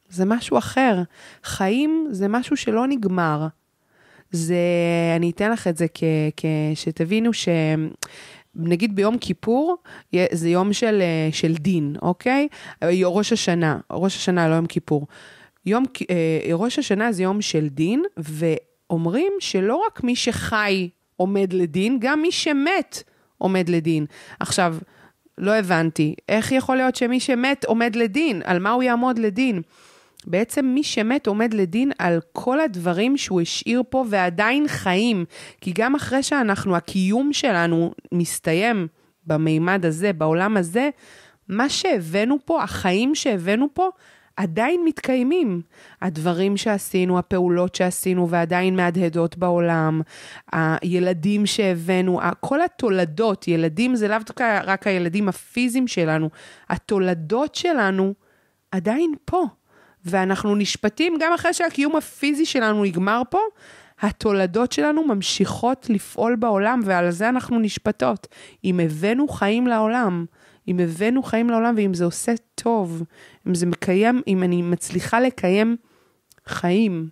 זה משהו אחר. חיים זה משהו שלא נגמר. זה, אני אתן לך את זה כ, כ, שתבינו ש... נגיד ביום כיפור, זה יום של, של דין, אוקיי? ראש השנה, ראש השנה לא יום כיפור. יום, ראש השנה זה יום של דין, ואומרים שלא רק מי שחי עומד לדין, גם מי שמת עומד לדין. עכשיו, לא הבנתי, איך יכול להיות שמי שמת עומד לדין? על מה הוא יעמוד לדין? בעצם מי שמת עומד לדין על כל הדברים שהוא השאיר פה ועדיין חיים, כי גם אחרי שאנחנו, הקיום שלנו מסתיים במימד הזה, בעולם הזה, מה שהבאנו פה, החיים שהבאנו פה, עדיין מתקיימים. הדברים שעשינו, הפעולות שעשינו ועדיין מהדהדות בעולם, הילדים שהבאנו, כל התולדות, ילדים זה לאו דווקא רק הילדים הפיזיים שלנו, התולדות שלנו עדיין פה. ואנחנו נשפטים גם אחרי שהקיום הפיזי שלנו יגמר פה, התולדות שלנו ממשיכות לפעול בעולם, ועל זה אנחנו נשפטות. אם הבאנו חיים לעולם, אם הבאנו חיים לעולם, ואם זה עושה טוב, אם זה מקיים, אם אני מצליחה לקיים חיים.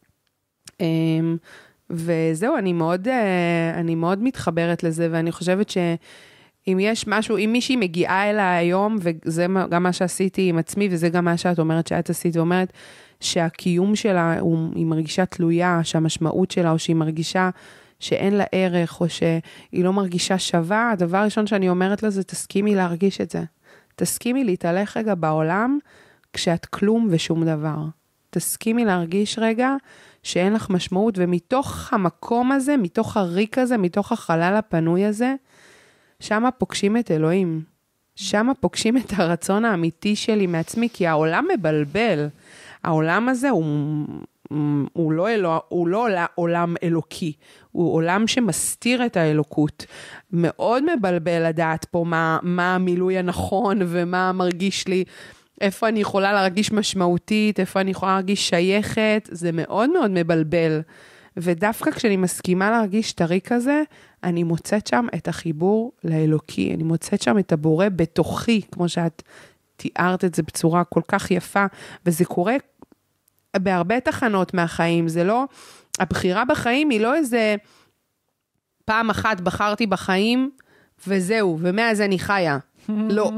וזהו, אני מאוד, אני מאוד מתחברת לזה, ואני חושבת שאם יש משהו, אם מישהי מגיעה אליי היום, וזה גם מה שעשיתי עם עצמי, וזה גם מה שאת אומרת שאת עשית, ואומרת שהקיום שלה, היא מרגישה תלויה, שהמשמעות שלה, או שהיא מרגישה שאין לה ערך, או שהיא לא מרגישה שווה, הדבר הראשון שאני אומרת לה זה, תסכימי להרגיש את זה. תסכימי להתהלך רגע בעולם, כשאת כלום ושום דבר. תסכימי להרגיש רגע, שאין לך משמעות, ומתוך המקום הזה, מתוך הריק הזה, מתוך החלל הפנוי הזה, שמה פוגשים את אלוהים. שמה פוגשים את הרצון האמיתי שלי מעצמי, כי העולם מבלבל. העולם הזה הוא... הוא לא, אלוה, הוא לא עולם אלוקי, הוא עולם שמסתיר את האלוקות. מאוד מבלבל לדעת פה מה, מה המילוי הנכון ומה מרגיש לי, איפה אני יכולה להרגיש משמעותית, איפה אני יכולה להרגיש שייכת, זה מאוד מאוד מבלבל. ודווקא כשאני מסכימה להרגיש טרי כזה, אני מוצאת שם את החיבור לאלוקי, אני מוצאת שם את הבורא בתוכי, כמו שאת תיארת את זה בצורה כל כך יפה, וזה קורה בהרבה תחנות מהחיים, זה לא, הבחירה בחיים היא לא איזה, פעם אחת בחרתי בחיים, וזהו, ומאז אני חיה. לא.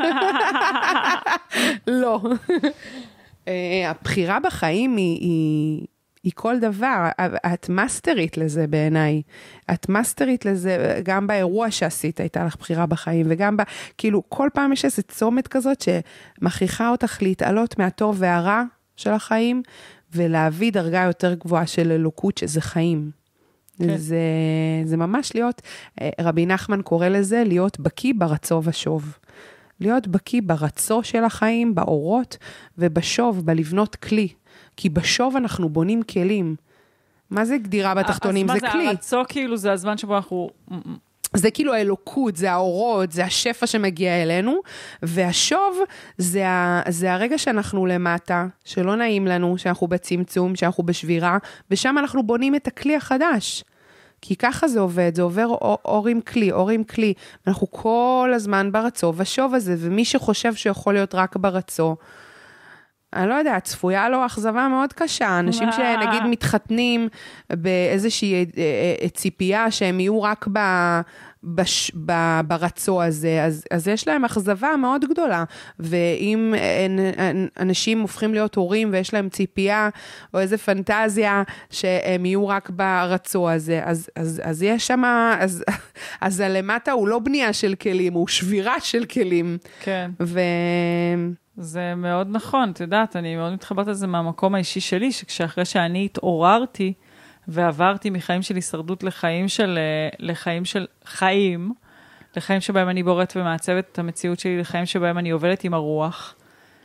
לא. הבחירה בחיים היא, היא, היא כל דבר, את מאסטרית לזה בעיניי, את מאסטרית לזה, גם באירוע שעשית הייתה לך בחירה בחיים, וגם בה, כאילו, כל פעם יש איזו צומת כזאת, שמכריחה אותך להתעלות מהטוב והרע, של החיים, ולהביא דרגה יותר גבוהה של אלוקות, שזה חיים. כן. זה, זה ממש להיות, רבי נחמן קורא לזה, להיות בקי ברצו ושוב. להיות בקי ברצו של החיים, באורות, ובשוב, בלבנות כלי. כי בשוב אנחנו בונים כלים. מה זה גדירה בתחתונים? זה כלי. אז מה זה הרצו כאילו? זה הזמן שבו אנחנו... זה כאילו האלוקות, זה האורות, זה השפע שמגיע אלינו, והשוב זה, ה, זה הרגע שאנחנו למטה, שלא נעים לנו, שאנחנו בצמצום, שאנחנו בשבירה, ושם אנחנו בונים את הכלי החדש. כי ככה זה עובד, זה עובר אור, אור עם כלי, אור עם כלי, אנחנו כל הזמן ברצו, והשוב הזה, ומי שחושב שיכול להיות רק ברצו, אני לא יודע, צפויה לו אכזבה מאוד קשה, אנשים שנגיד מתחתנים באיזושהי ציפייה שהם יהיו רק ב, בש, ב, ברצו הזה, אז, אז יש להם אכזבה מאוד גדולה, ואם אנשים הופכים להיות הורים ויש להם ציפייה או איזו פנטזיה שהם יהיו רק ברצו הזה, אז, אז, אז יש שם, אז, אז הלמטה הוא לא בנייה של כלים, הוא שבירה של כלים. כן. ו... זה מאוד נכון, את יודעת, אני מאוד מתחברת על זה מהמקום האישי שלי, שכשאחרי שאני התעוררתי, ועברתי מחיים של הישרדות לחיים של, לחיים של חיים, לחיים שבהם אני בוראת ומעצבת את המציאות שלי, לחיים שבהם אני עובדת עם הרוח,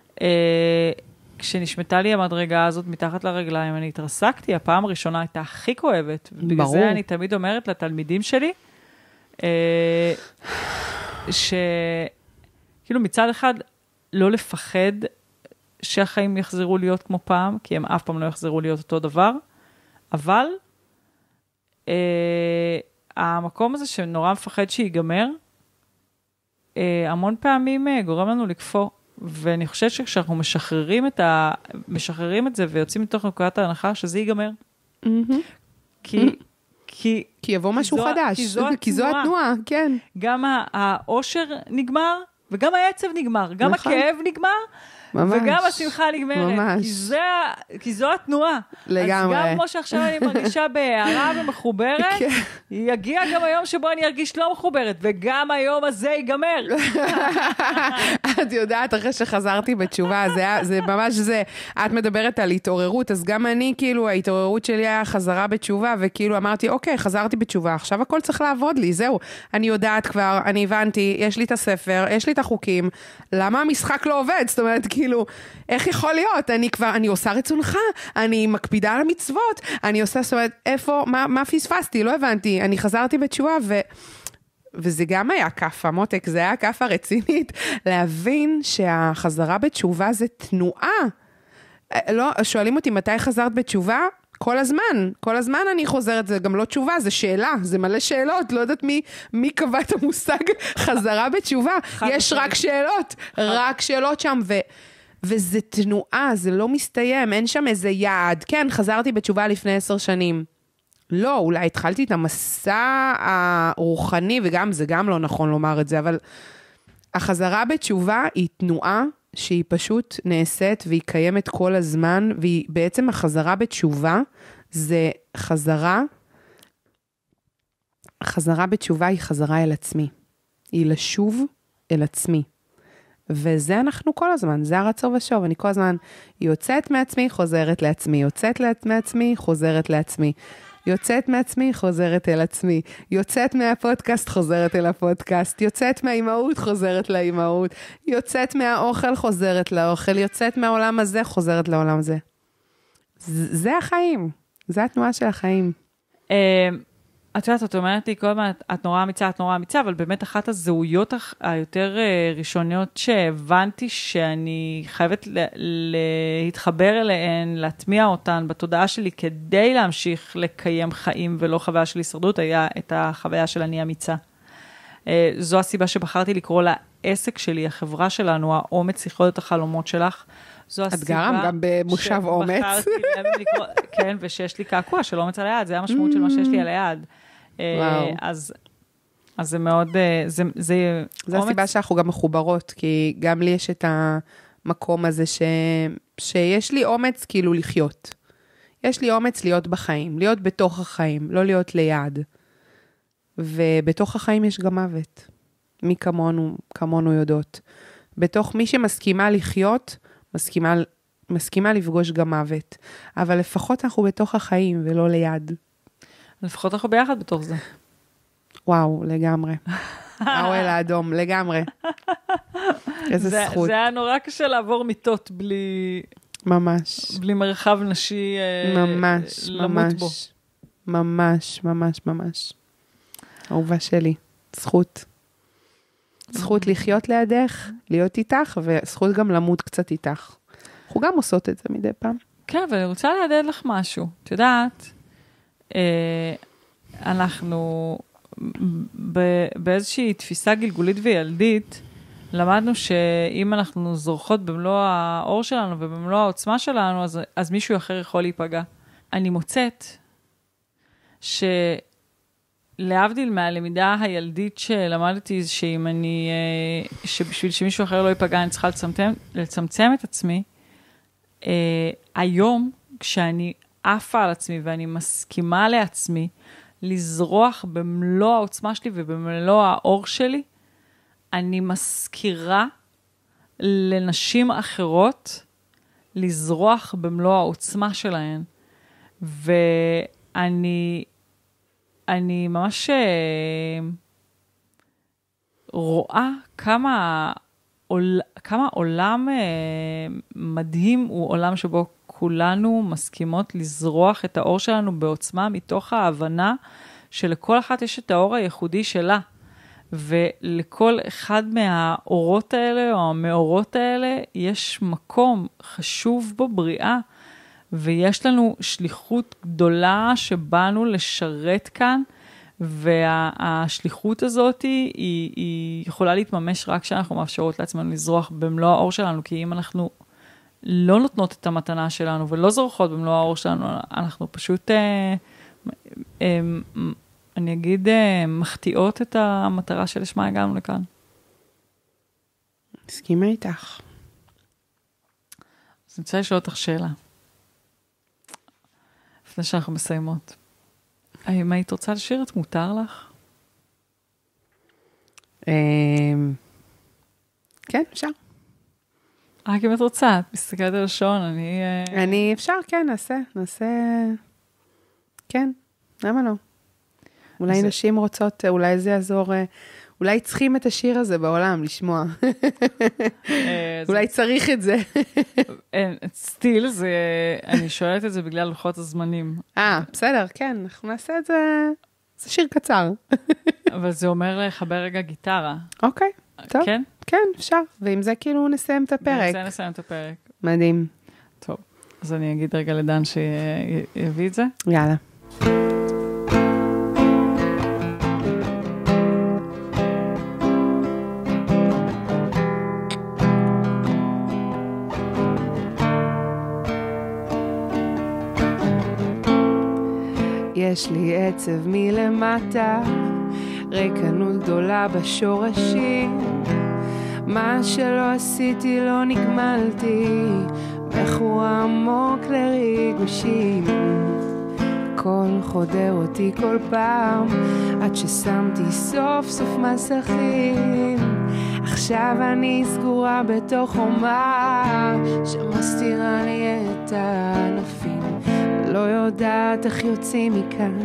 כשנשמתה לי המדרגה הזאת מתחת לרגליים, אני התרסקתי, הפעם הראשונה הייתה הכי כואבת, ובגלל זה אני תמיד אומרת לתלמידים שלי, שכאילו מצד אחד, לא לפחד שהחיים יחזרו להיות כמו פעם, כי הם אף פעם לא יחזרו להיות אותו דבר, אבל אה, המקום הזה שנורא מפחד שיגמר, אה, המון פעמים אה, גורם לנו לקפוא, ואני חושבת שכשאנחנו משחררים את, ה... משחררים את זה ויוצאים מתוך נקודת ההנחה שזה ייגמר. כי... כי, כי יבוא משהו זו, חדש, כי זו, כי זו התנועה, כן. גם האושר נגמר, וגם העצב נגמר, גם נכון. הכאב נגמר, ממש. וגם השמחה נגמרת. ממש. כי, זה, כי זו התנועה. לגמרי. אז גם כמו שעכשיו אני מרגישה בהערה ומחוברת, כן. יגיע גם היום שבו אני ארגיש לא מחוברת, וגם היום הזה ייגמר. את יודעת, אחרי שחזרתי בתשובה, זה, זה ממש זה, את מדברת על התעוררות, אז גם אני, כאילו, ההתעוררות שלי היה חזרה בתשובה, וכאילו אמרתי, אוקיי, חזרתי בתשובה, עכשיו הכל צריך לעבוד לי, זהו. אני יודעת כבר, אני הבנתי, יש לי את הספר, יש לי את החוקים, למה המשחק לא עובד? זאת אומרת, כאילו, איך יכול להיות? אני כבר, אני עושה רצונך, אני מקפידה על המצוות, אני עושה, זאת אומרת, איפה, מה, מה פספסתי? לא הבנתי. אני חזרתי בתשובה, ו, וזה גם היה כפה, מותק, זה היה כפה רצינית, להבין שהחזרה בתשובה זה תנועה. לא, שואלים אותי, מתי חזרת בתשובה? כל הזמן, כל הזמן אני חוזרת, זה גם לא תשובה, זה שאלה, זה מלא שאלות, לא יודעת מי, מי קבע את המושג חזרה בתשובה, יש רק שאלות, רק שאלות שם, ו, וזה תנועה, זה לא מסתיים, אין שם איזה יעד, כן, חזרתי בתשובה לפני עשר שנים, לא, אולי התחלתי את המסע הרוחני, וגם זה גם לא נכון לומר את זה, אבל החזרה בתשובה היא תנועה, שהיא פשוט נעשית והיא קיימת כל הזמן, והיא בעצם החזרה בתשובה, זה חזרה, חזרה בתשובה היא חזרה אל עצמי, היא לשוב אל עצמי, וזה אנחנו כל הזמן, זה הרצור ושוב, אני כל הזמן יוצאת מעצמי, חוזרת לעצמי, יוצאת מעצמי, חוזרת לעצמי, יוצאת מעצמי, חוזרת אל עצמי, יוצאת מהפודקאסט, חוזרת אל הפודקאסט, יוצאת מהאימהות, חוזרת לאימהות, יוצאת מהאוכל, חוזרת לאוכל, יוצאת מהעולם הזה, חוזרת לעולם הזה. זה החיים, זה התנועה של החיים. את יודעת, את אומרת לי, כל הזמן, את נורא אמיצה, את נורא אמיצה, אבל באמת אחת הזהויות היותר ראשוניות שהבנתי שאני חייבת להתחבר אליהן, להטמיע אותן בתודעה שלי, כדי להמשיך לקיים חיים ולא חוויה של הישרדות, היה את החוויה של אני אמיצה. זו הסיבה שבחרתי לקרוא לעסק שלי, החברה שלנו, האומץ לכרות את החלומות שלך. זו הסיבה... את גרם גם במושב אומץ. לקרוא, כן, ושיש לי קעקוע של אומץ על היד, זה המשמעות של מה שיש לי על היד. אז, אז זה מאוד, זה, זה, זה אומץ... הסיבה שאנחנו גם מחוברות, כי גם לי יש את המקום הזה ש, שיש לי אומץ כאילו לחיות. יש לי אומץ להיות בחיים, להיות בתוך החיים, לא להיות ליד. ובתוך החיים יש גם מוות. מי כמונו, כמונו יודעות. בתוך מי שמסכימה לחיות, מסכימה, מסכימה לפגוש גם מוות. אבל לפחות אנחנו בתוך החיים ולא ליד. לפחות אנחנו ביחד בתוך זה. וואו, לגמרי. האוהל האדום, לגמרי. איזה זה, זכות. זה היה נורא קשה לעבור מיטות בלי... ממש. בלי מרחב נשי ממש, למות ממש, בו. ממש, ממש, ממש. אהובה שלי, זכות. זכות לחיות לידך, להיות איתך, וזכות גם למות קצת איתך. אנחנו גם עושות את זה מדי פעם. כן, אבל אני רוצה להדד לך משהו. את יודעת, אנחנו באיזושהי תפיסה גלגולית וילדית, למדנו שאם אנחנו זורחות במלוא האור שלנו ובמלוא העוצמה שלנו, אז, אז מישהו אחר יכול להיפגע. אני מוצאת שלהבדיל מהלמידה הילדית שלמדתי, שאם אני, שבשביל שמישהו אחר לא ייפגע, אני צריכה לצמצם, לצמצם את עצמי, היום, כשאני עפה על עצמי ואני מסכימה לעצמי, לזרוח במלוא העוצמה שלי ובמלוא האור שלי, אני מזכירה לנשים אחרות לזרוח במלוא העוצמה שלהן. ואני אני ממש רואה כמה, עול, כמה עולם מדהים הוא עולם שבו כולנו מסכימות לזרוח את האור שלנו בעוצמה מתוך ההבנה שלכל אחת יש את האור הייחודי שלה. ולכל אחד מהאורות האלה או המאורות האלה יש מקום חשוב בבריאה, ויש לנו שליחות גדולה שבאנו לשרת כאן, והשליחות הזאת היא, היא יכולה להתממש רק כשאנחנו מאפשרות לעצמנו לזרוח במלוא האור שלנו, כי אם אנחנו לא נותנות את המתנה שלנו ולא זורחות במלוא האור שלנו, אנחנו פשוט, אה, אה, אני אגיד, אה, מחטיאות את המטרה שלשמה הגענו לכאן. מסכימה איתך. אז אני רוצה לשאול אותך שאלה. לפני שאנחנו מסיימות. האם היית רוצה לשיר את מותר לך? כן, אפשר. רק אם את רוצה, את מסתכלת על השעון, אני... אני אפשר, כן, נעשה, נעשה... כן, למה לא? אולי נשים רוצות, אולי זה יעזור... אולי צריכים את השיר הזה בעולם, לשמוע. אולי צריך את זה. סטיל, אני שואלת את זה בגלל לוחות הזמנים. אה, בסדר, כן, אנחנו נעשה את זה, זה שיר קצר. אבל זה אומר לחבר רגע גיטרה. אוקיי, טוב. כן? כן, אפשר, ועם זה כאילו נסיים את הפרק. ועם זה נסיים את הפרק. מדהים. טוב, אז אני אגיד רגע לדן שיביא את זה. יאללה. יש לי עצב מלמטה, ריקנות גדולה בשורשים, מה שלא עשיתי לא נגמלתי, מכור עמוק לריגושים, הכל חודר אותי כל פעם, עד ששמתי סוף סוף מסכים, עכשיו אני סגורה בתוך חומה, שמסתירה לי את הענפים, לא יודעת איך יוצאים מכאן,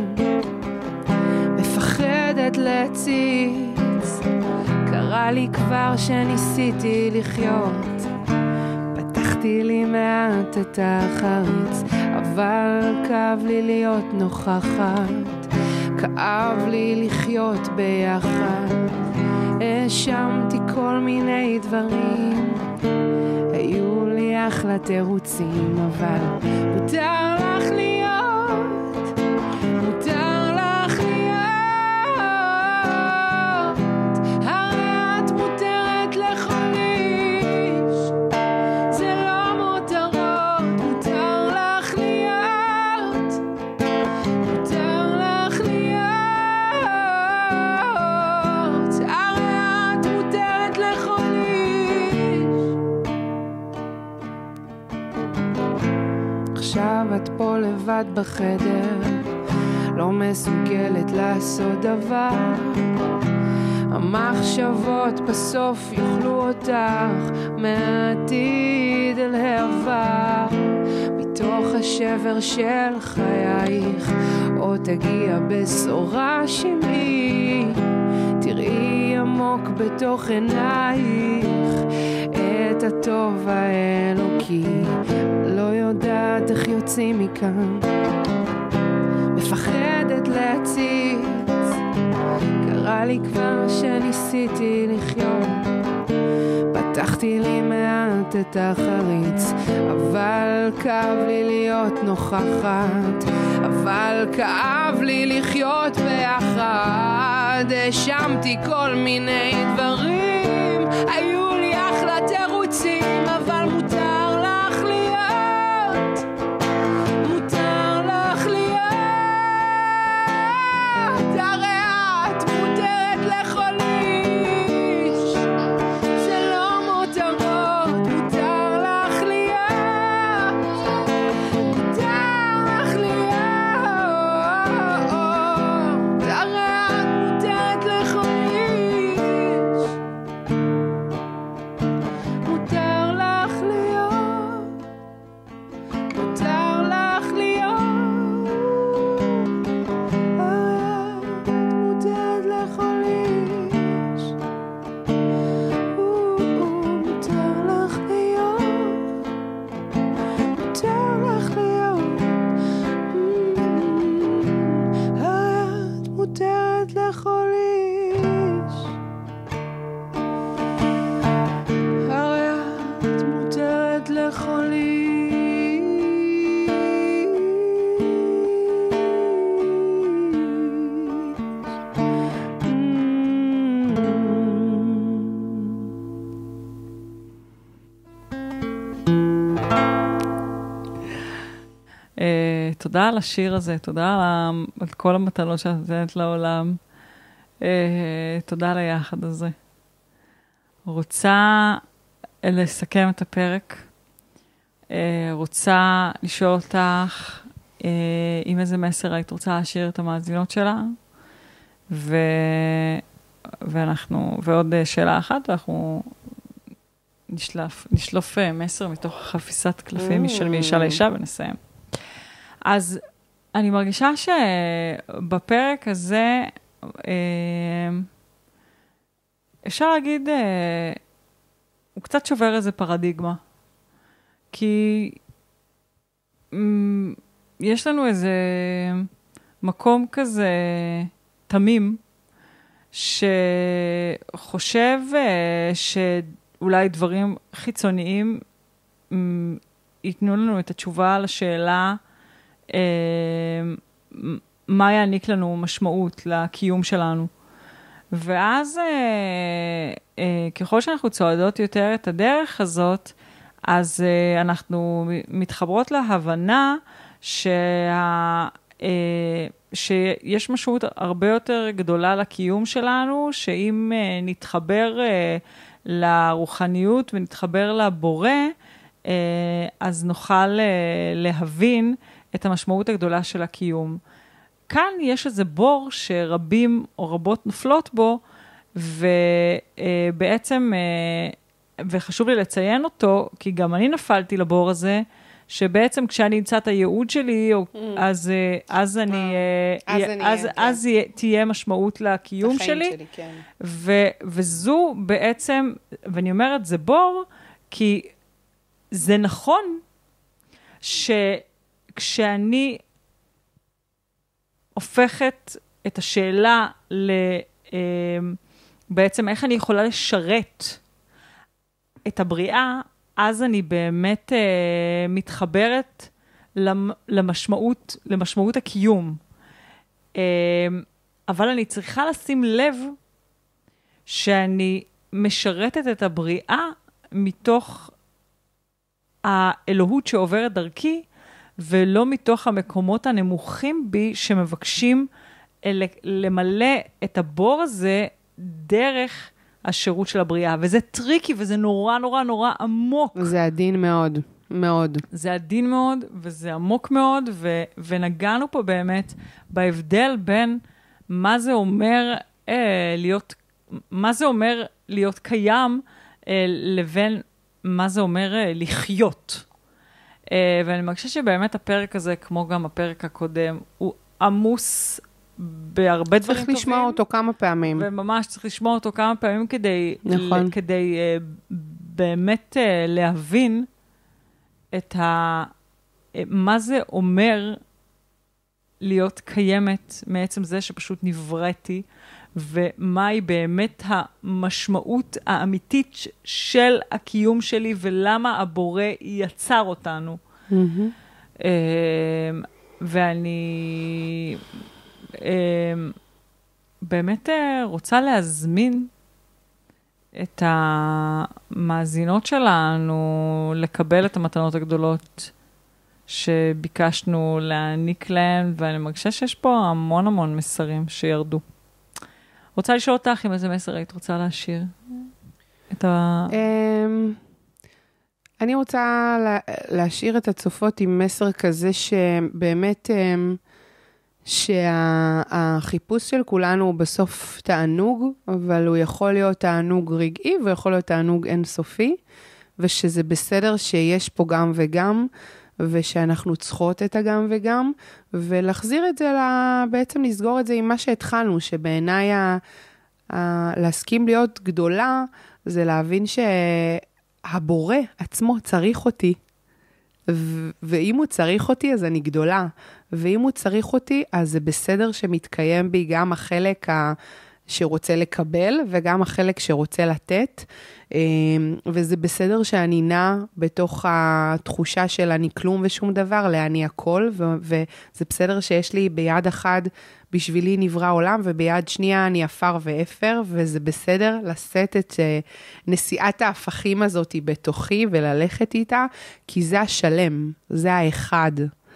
מפחדת להציץ, קרה לי כבר שניסיתי לחיות, פתחתי לי מעט את החריץ, אבל כאב לי להיות נוכחת, כאב לי לחיות ביחד, האשמתי כל מיני דברים, היו לי אחלה תירוצים, אבל מותר לך להיות, מותר לך להיות, הרי את מותרת לכל איש, זה לא מותרות, מותר לך להיות, מותר לך להיות, הרי את מותרת לכל איש. עכשיו את פה לבד בחדר, לא מסוגלת לעשות דבר, המחשבות בסוף יאכלו אותך, מהעתיד אל העבר, מתוך השבר של חייך, או תגיע בשורה שמי, תראי עמוק בתוך עינייך, את הטוב האלוקי, לא יודעת איך יוצאים מכאן, מפחדת להציץ, קרה לי כבר שניסיתי לחיות, פתחתי לי מעט את החריץ, אבל כאב לי להיות נוכחת, אבל כאב לי לחיות ביחד, האשמתי כל מיני דברים, היו לי אחלה תירוצים, אבל מותר לך להיות, מותר לך להיות, הרי את מותרת לכל איש, זה לא מותרות, מותר לך להיות, מותר לך להיות, הרי את מותרת לכל איש, מותר לך להיות, מותר לך להיות, הרי את מותרת לכל איש, מותר לך להיות, מותר לך להיות, הרי את מותרת לכל איש, הרי את מותרת לכל איש. תודה על השיר הזה, תודה על כל המתנות שאת נותנת לעולם. תודה על היחד הזה. רוצה לסכם את הפרק. רוצה לשאול אותך עם איזה מסר היית רוצה להשאיר את המאזינות שלה. ו... ואנחנו, ועוד שאלה אחת, ואנחנו נשלף, נשלוף מסר מתוך חפיסת קלפים של מאישה לאישה ונסיים. אז אני מרגישה שבפרק הזה, אפשר להגיד, הוא קצת שובר איזה פרדיגמה. כי יש לנו איזה מקום כזה תמים, שחושב שאולי דברים חיצוניים ייתנו לנו את התשובה לשאלה, מה יעניק לנו משמעות לקיום שלנו. ואז ככל שאנחנו צועדות יותר את הדרך הזאת, אז אנחנו מתחברות להבנה שה... שיש משמעות הרבה יותר גדולה לקיום שלנו, שאם נתחבר לרוחניות ונתחבר לבורא, אז נוכל להבין את המשמעות הגדולה של הקיום. כאן יש איזה בור שרבים או רבות נופלות בו, ובעצם, וחשוב לי לציין אותו, כי גם אני נפלתי לבור הזה, שבעצם כשאני אמצא את הייעוד שלי, אז, אז אני, אז, אז תהיה משמעות לקיום שלי. ו, וזו בעצם, ואני אומרת, זה בור, כי זה נכון שכשאני הופכת את השאלה ל, בעצם איך אני יכולה לשרת את הבריאה, אז אני באמת אה, מתחברת למשמעות, למשמעות הקיום. אה, אבל אני צריכה לשים לב שאני משרתת את הבריאה מתוך האלוהות שעוברת דרכי, ולא מתוך המקומות הנמוכים בי שמבקשים למלא את הבור הזה דרך השירות של הבריאה, וזה טריקי, וזה נורא נורא נורא עמוק. זה עדין מאוד, מאוד. זה עדין מאוד, וזה עמוק מאוד, ו- ונגענו פה באמת בהבדל בין מה זה אומר אה, להיות, מה זה אומר להיות קיים, אה, לבין מה זה אומר אה, לחיות. אה, ואני מרגישה שבאמת הפרק הזה, כמו גם הפרק הקודם, הוא עמוס בהרבה דברים טובים. צריך לשמוע אותו כמה פעמים. וממש צריך לשמוע אותו כמה פעמים כדי, נכון. כדי uh, באמת uh, להבין את ה... Uh, מה זה אומר להיות קיימת מעצם זה שפשוט נבראתי, ומהי באמת המשמעות האמיתית של הקיום שלי, ולמה הבורא יצר אותנו. Mm-hmm. Uh, ואני... באמת רוצה להזמין את המאזינות שלנו לקבל את המתנות הגדולות שביקשנו להעניק להן, ואני מרגישה שיש פה המון המון מסרים שירדו. רוצה לשאול אותך אם איזה מסר היית רוצה להשאיר? את ה... אני רוצה להשאיר את הצופות עם מסר כזה שבאמת... שהחיפוש של כולנו הוא בסוף תענוג, אבל הוא יכול להיות תענוג רגעי, ויכול להיות תענוג אינסופי, ושזה בסדר שיש פה גם וגם, ושאנחנו צריכות את הגם וגם, ולהחזיר את זה, לה, בעצם לסגור את זה עם מה שהתחלנו, שבעיניי ה, ה, להסכים להיות גדולה, זה להבין שהבורא עצמו צריך אותי, ו- ואם הוא צריך אותי, אז אני גדולה. ואם הוא צריך אותי, אז זה בסדר שמתקיים בי גם החלק שרוצה לקבל, וגם החלק שרוצה לתת, וזה בסדר שאני נע בתוך התחושה של אני כלום ושום דבר, לאני הכל, וזה בסדר שיש לי ביד אחד בשבילי נברא עולם, וביד שנייה אני אפר ואפר, וזה בסדר לשאת את נשיאת ההפכים הזאת בתוכי, וללכת איתה, כי זה השלם, זה האחד.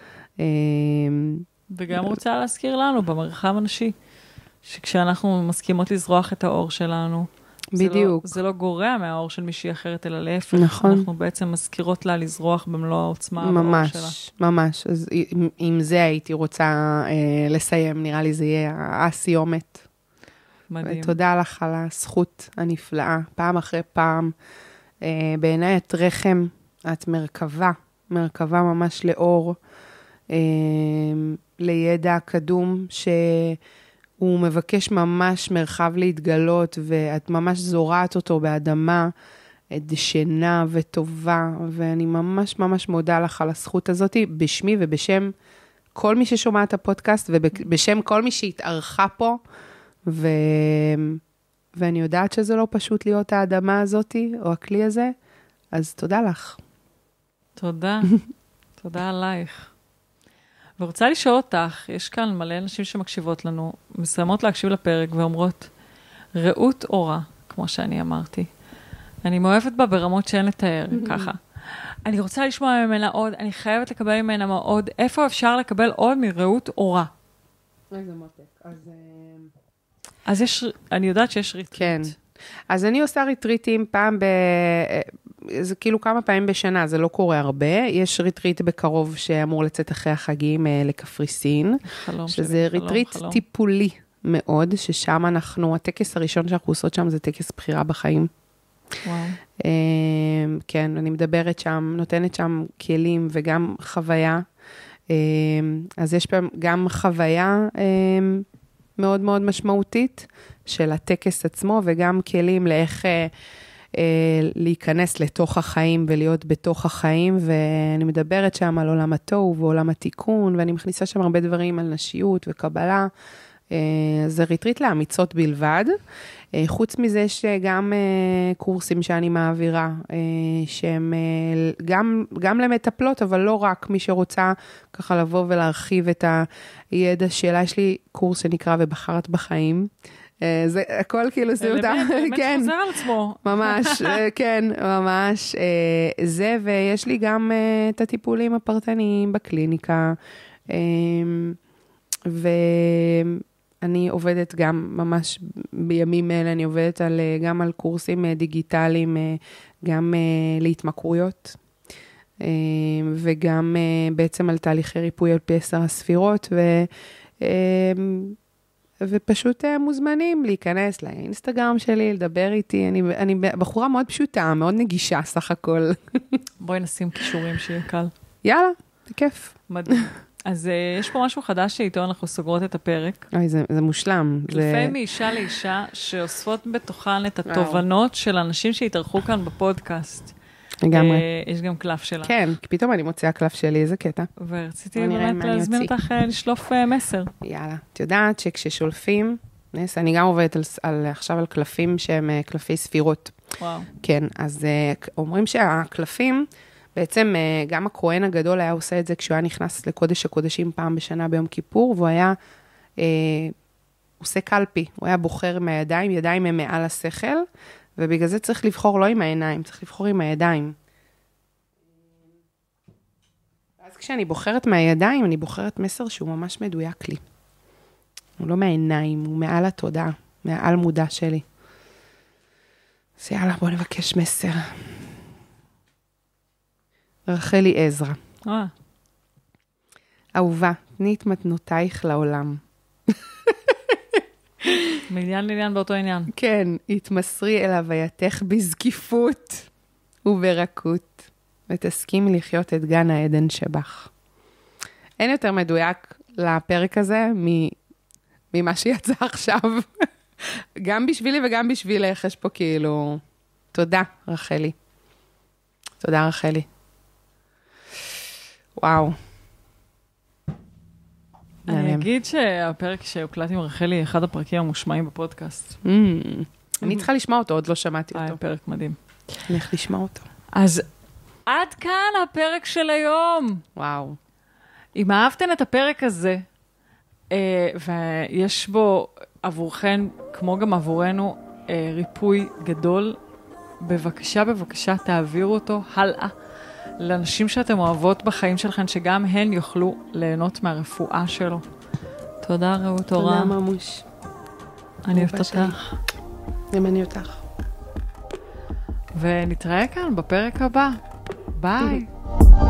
וגם רוצה להזכיר לנו במרחב הנשי, שכשאנחנו מסכימות לזרוח את האור שלנו, בדיוק. זה לא, זה לא גורע מהאור של מישהי אחרת, אלא להפך. נכון. אנחנו בעצם מזכירות לה לזרוח במלוא העוצמה ממש, באור שלה. ממש. אז עם, עם זה הייתי רוצה אה, לסיים, נראה לי זה יהיה הסיומת. מדהים. תודה לך על הזכות הנפלאה, פעם אחרי פעם. אה, בעיניי את רחם, את מרכבה, מרכבה ממש לאור, אה, לידע קדום, שהוא מבקש ממש מרחב להתגלות, ואת ממש זורעת אותו באדמה, דשנה וטובה, ואני ממש ממש מודה לך על הזכות הזאת, בשמי ובשם כל מי ששומע את הפודקאסט, ובשם כל מי שהתארחה פה, ו... ואני יודעת שזה לא פשוט להיות האדמה הזאת, או הכלי הזה, אז תודה לך. תודה. תודה עלייך. ורוצה לשאול אותך, יש כאן מלא אנשים שמקשיבות לנו, מסיימות להקשיב לפרק ואומרות, ראות אורה, כמו שאני אמרתי. אני מאוהבת בה ברמות שאין לתאר, ככה. אני רוצה לשמוע ממנה עוד, אני חייבת לקבל ממנה עוד, איפה אפשר לקבל עוד מראות אורה? איזה מותק. אז... אז יש, אני יודעת שיש ריטריט. כן. אז אני עושה ריטריטים פעם ב... זה כאילו כמה פעמים בשנה, זה לא קורה הרבה. יש ריטריט בקרוב שאמור לצאת אחרי החגים לקפריסין. חלום שזה שלי, ריטריט חלום, טיפולי מאוד, ששם אנחנו, הטקס הראשון שאנחנו עושות שם זה טקס בחירה בחיים. וואו. כן, אני מדברת שם, נותנת שם כלים וגם חוויה. אז יש פעם גם חוויה מאוד מאוד משמעותית של הטקס עצמו, וגם כלים לאיך להיכנס לתוך החיים ולהיות בתוך החיים, ואני מדברת שם על עולם התוהו ועולם התיקון, ואני מכניסה שם הרבה דברים על נשיות וקבלה. זה ריטריט לאמיצות בלבד. חוץ מזה שגם קורסים שאני מעבירה, שהם גם, גם למטפלות, אבל לא רק מי שרוצה ככה לבוא ולהרחיב את הידע שלה. יש לי קורס שנקרא ובחרת בחיים. זה הכל כאילו זה אותה. באמת, באמת חוזר על עצמו. ממש, כן, ממש. זה, ויש לי גם את הטיפולים הפרטניים בקליניקה, ו... אני עובדת גם ממש בימים אלה, אני עובדת על, גם על קורסים דיגיטליים, גם להתמכרויות, וגם בעצם על תהליכי ריפוי על פי עשר הספירות, ו, ופשוט מוזמנים להיכנס לאינסטגרם שלי, לדבר איתי. אני, אני בחורה מאוד פשוטה, מאוד נגישה סך הכל. בואי נשים קישורים שיהיה קל. יאללה, זה כיף. מדהים. אז uh, יש פה משהו חדש שאיתו אנחנו סוגרות את הפרק. אוי, זה, זה מושלם. קלפי זה... מאישה לאישה, שאוספות בתוכן את התובנות של אנשים שהתארחו כאן בפודקאסט. לגמרי. Uh, יש גם קלף שלה. כן, כי פתאום אני מוציאה קלף שלי, איזה קטע. ורציתי באמת להזמין אותך uh, לשלוף uh, מסר. יאללה. את יודעת שכששולפים, נס, אני גם עובדת על, על, עכשיו על קלפים שהם uh, קלפי ספירות. וואו. כן, אז uh, אומרים שהקלפים, בעצם גם הכהן הגדול היה עושה את זה כשהוא היה נכנס לקודש הקודשים פעם בשנה ביום כיפור, והוא היה אה, עושה קלפי, הוא היה בוחר מהידיים, ידיים הם מעל השכל, ובגלל זה צריך לבחור לא עם העיניים, צריך לבחור עם הידיים. אז כשאני בוחרת מהידיים, אני בוחרת מסר שהוא ממש מדויק לי. הוא לא מהעיניים, הוא מעל התודעה, מעל מודע שלי. אז יאללה, בוא נבקש מסר. רחלי עזרא. אה. אהובה, תני את מתנותייך לעולם. מעניין לעניין באותו עניין. כן, התמסרי אל הווייתך בזקיפות וברכות, ותסכימי לחיות את גן העדן שבך. אין יותר מדויק לפרק הזה ממה שיצא עכשיו. גם בשבילי וגם בשבילך, יש פה כאילו... תודה, רחלי. תודה, רחלי. וואו. אני אגיד שהפרק שהוקלט עם רחלי, אחד הפרקים המושמעים בפודקאסט. אני צריכה לשמוע אותו, עוד לא שמעתי אותו. היה פרק מדהים. אני הולך לשמוע אותו. אז עד כאן הפרק של היום. וואו. אם אהבתן את הפרק הזה, ויש בו עבורכן, כמו גם עבורנו, ריפוי גדול, בבקשה, בבקשה, תעבירו אותו הלאה לאנשים שאתם אוהבות בחיים שלכם, שגם הן יוכלו ליהנות מהרפואה שלו. תודה, רעות אורה. תודה, ממוש. אני אוהבת אותך. גם אני אותך. ונתראה כאן בפרק הבא. ביי.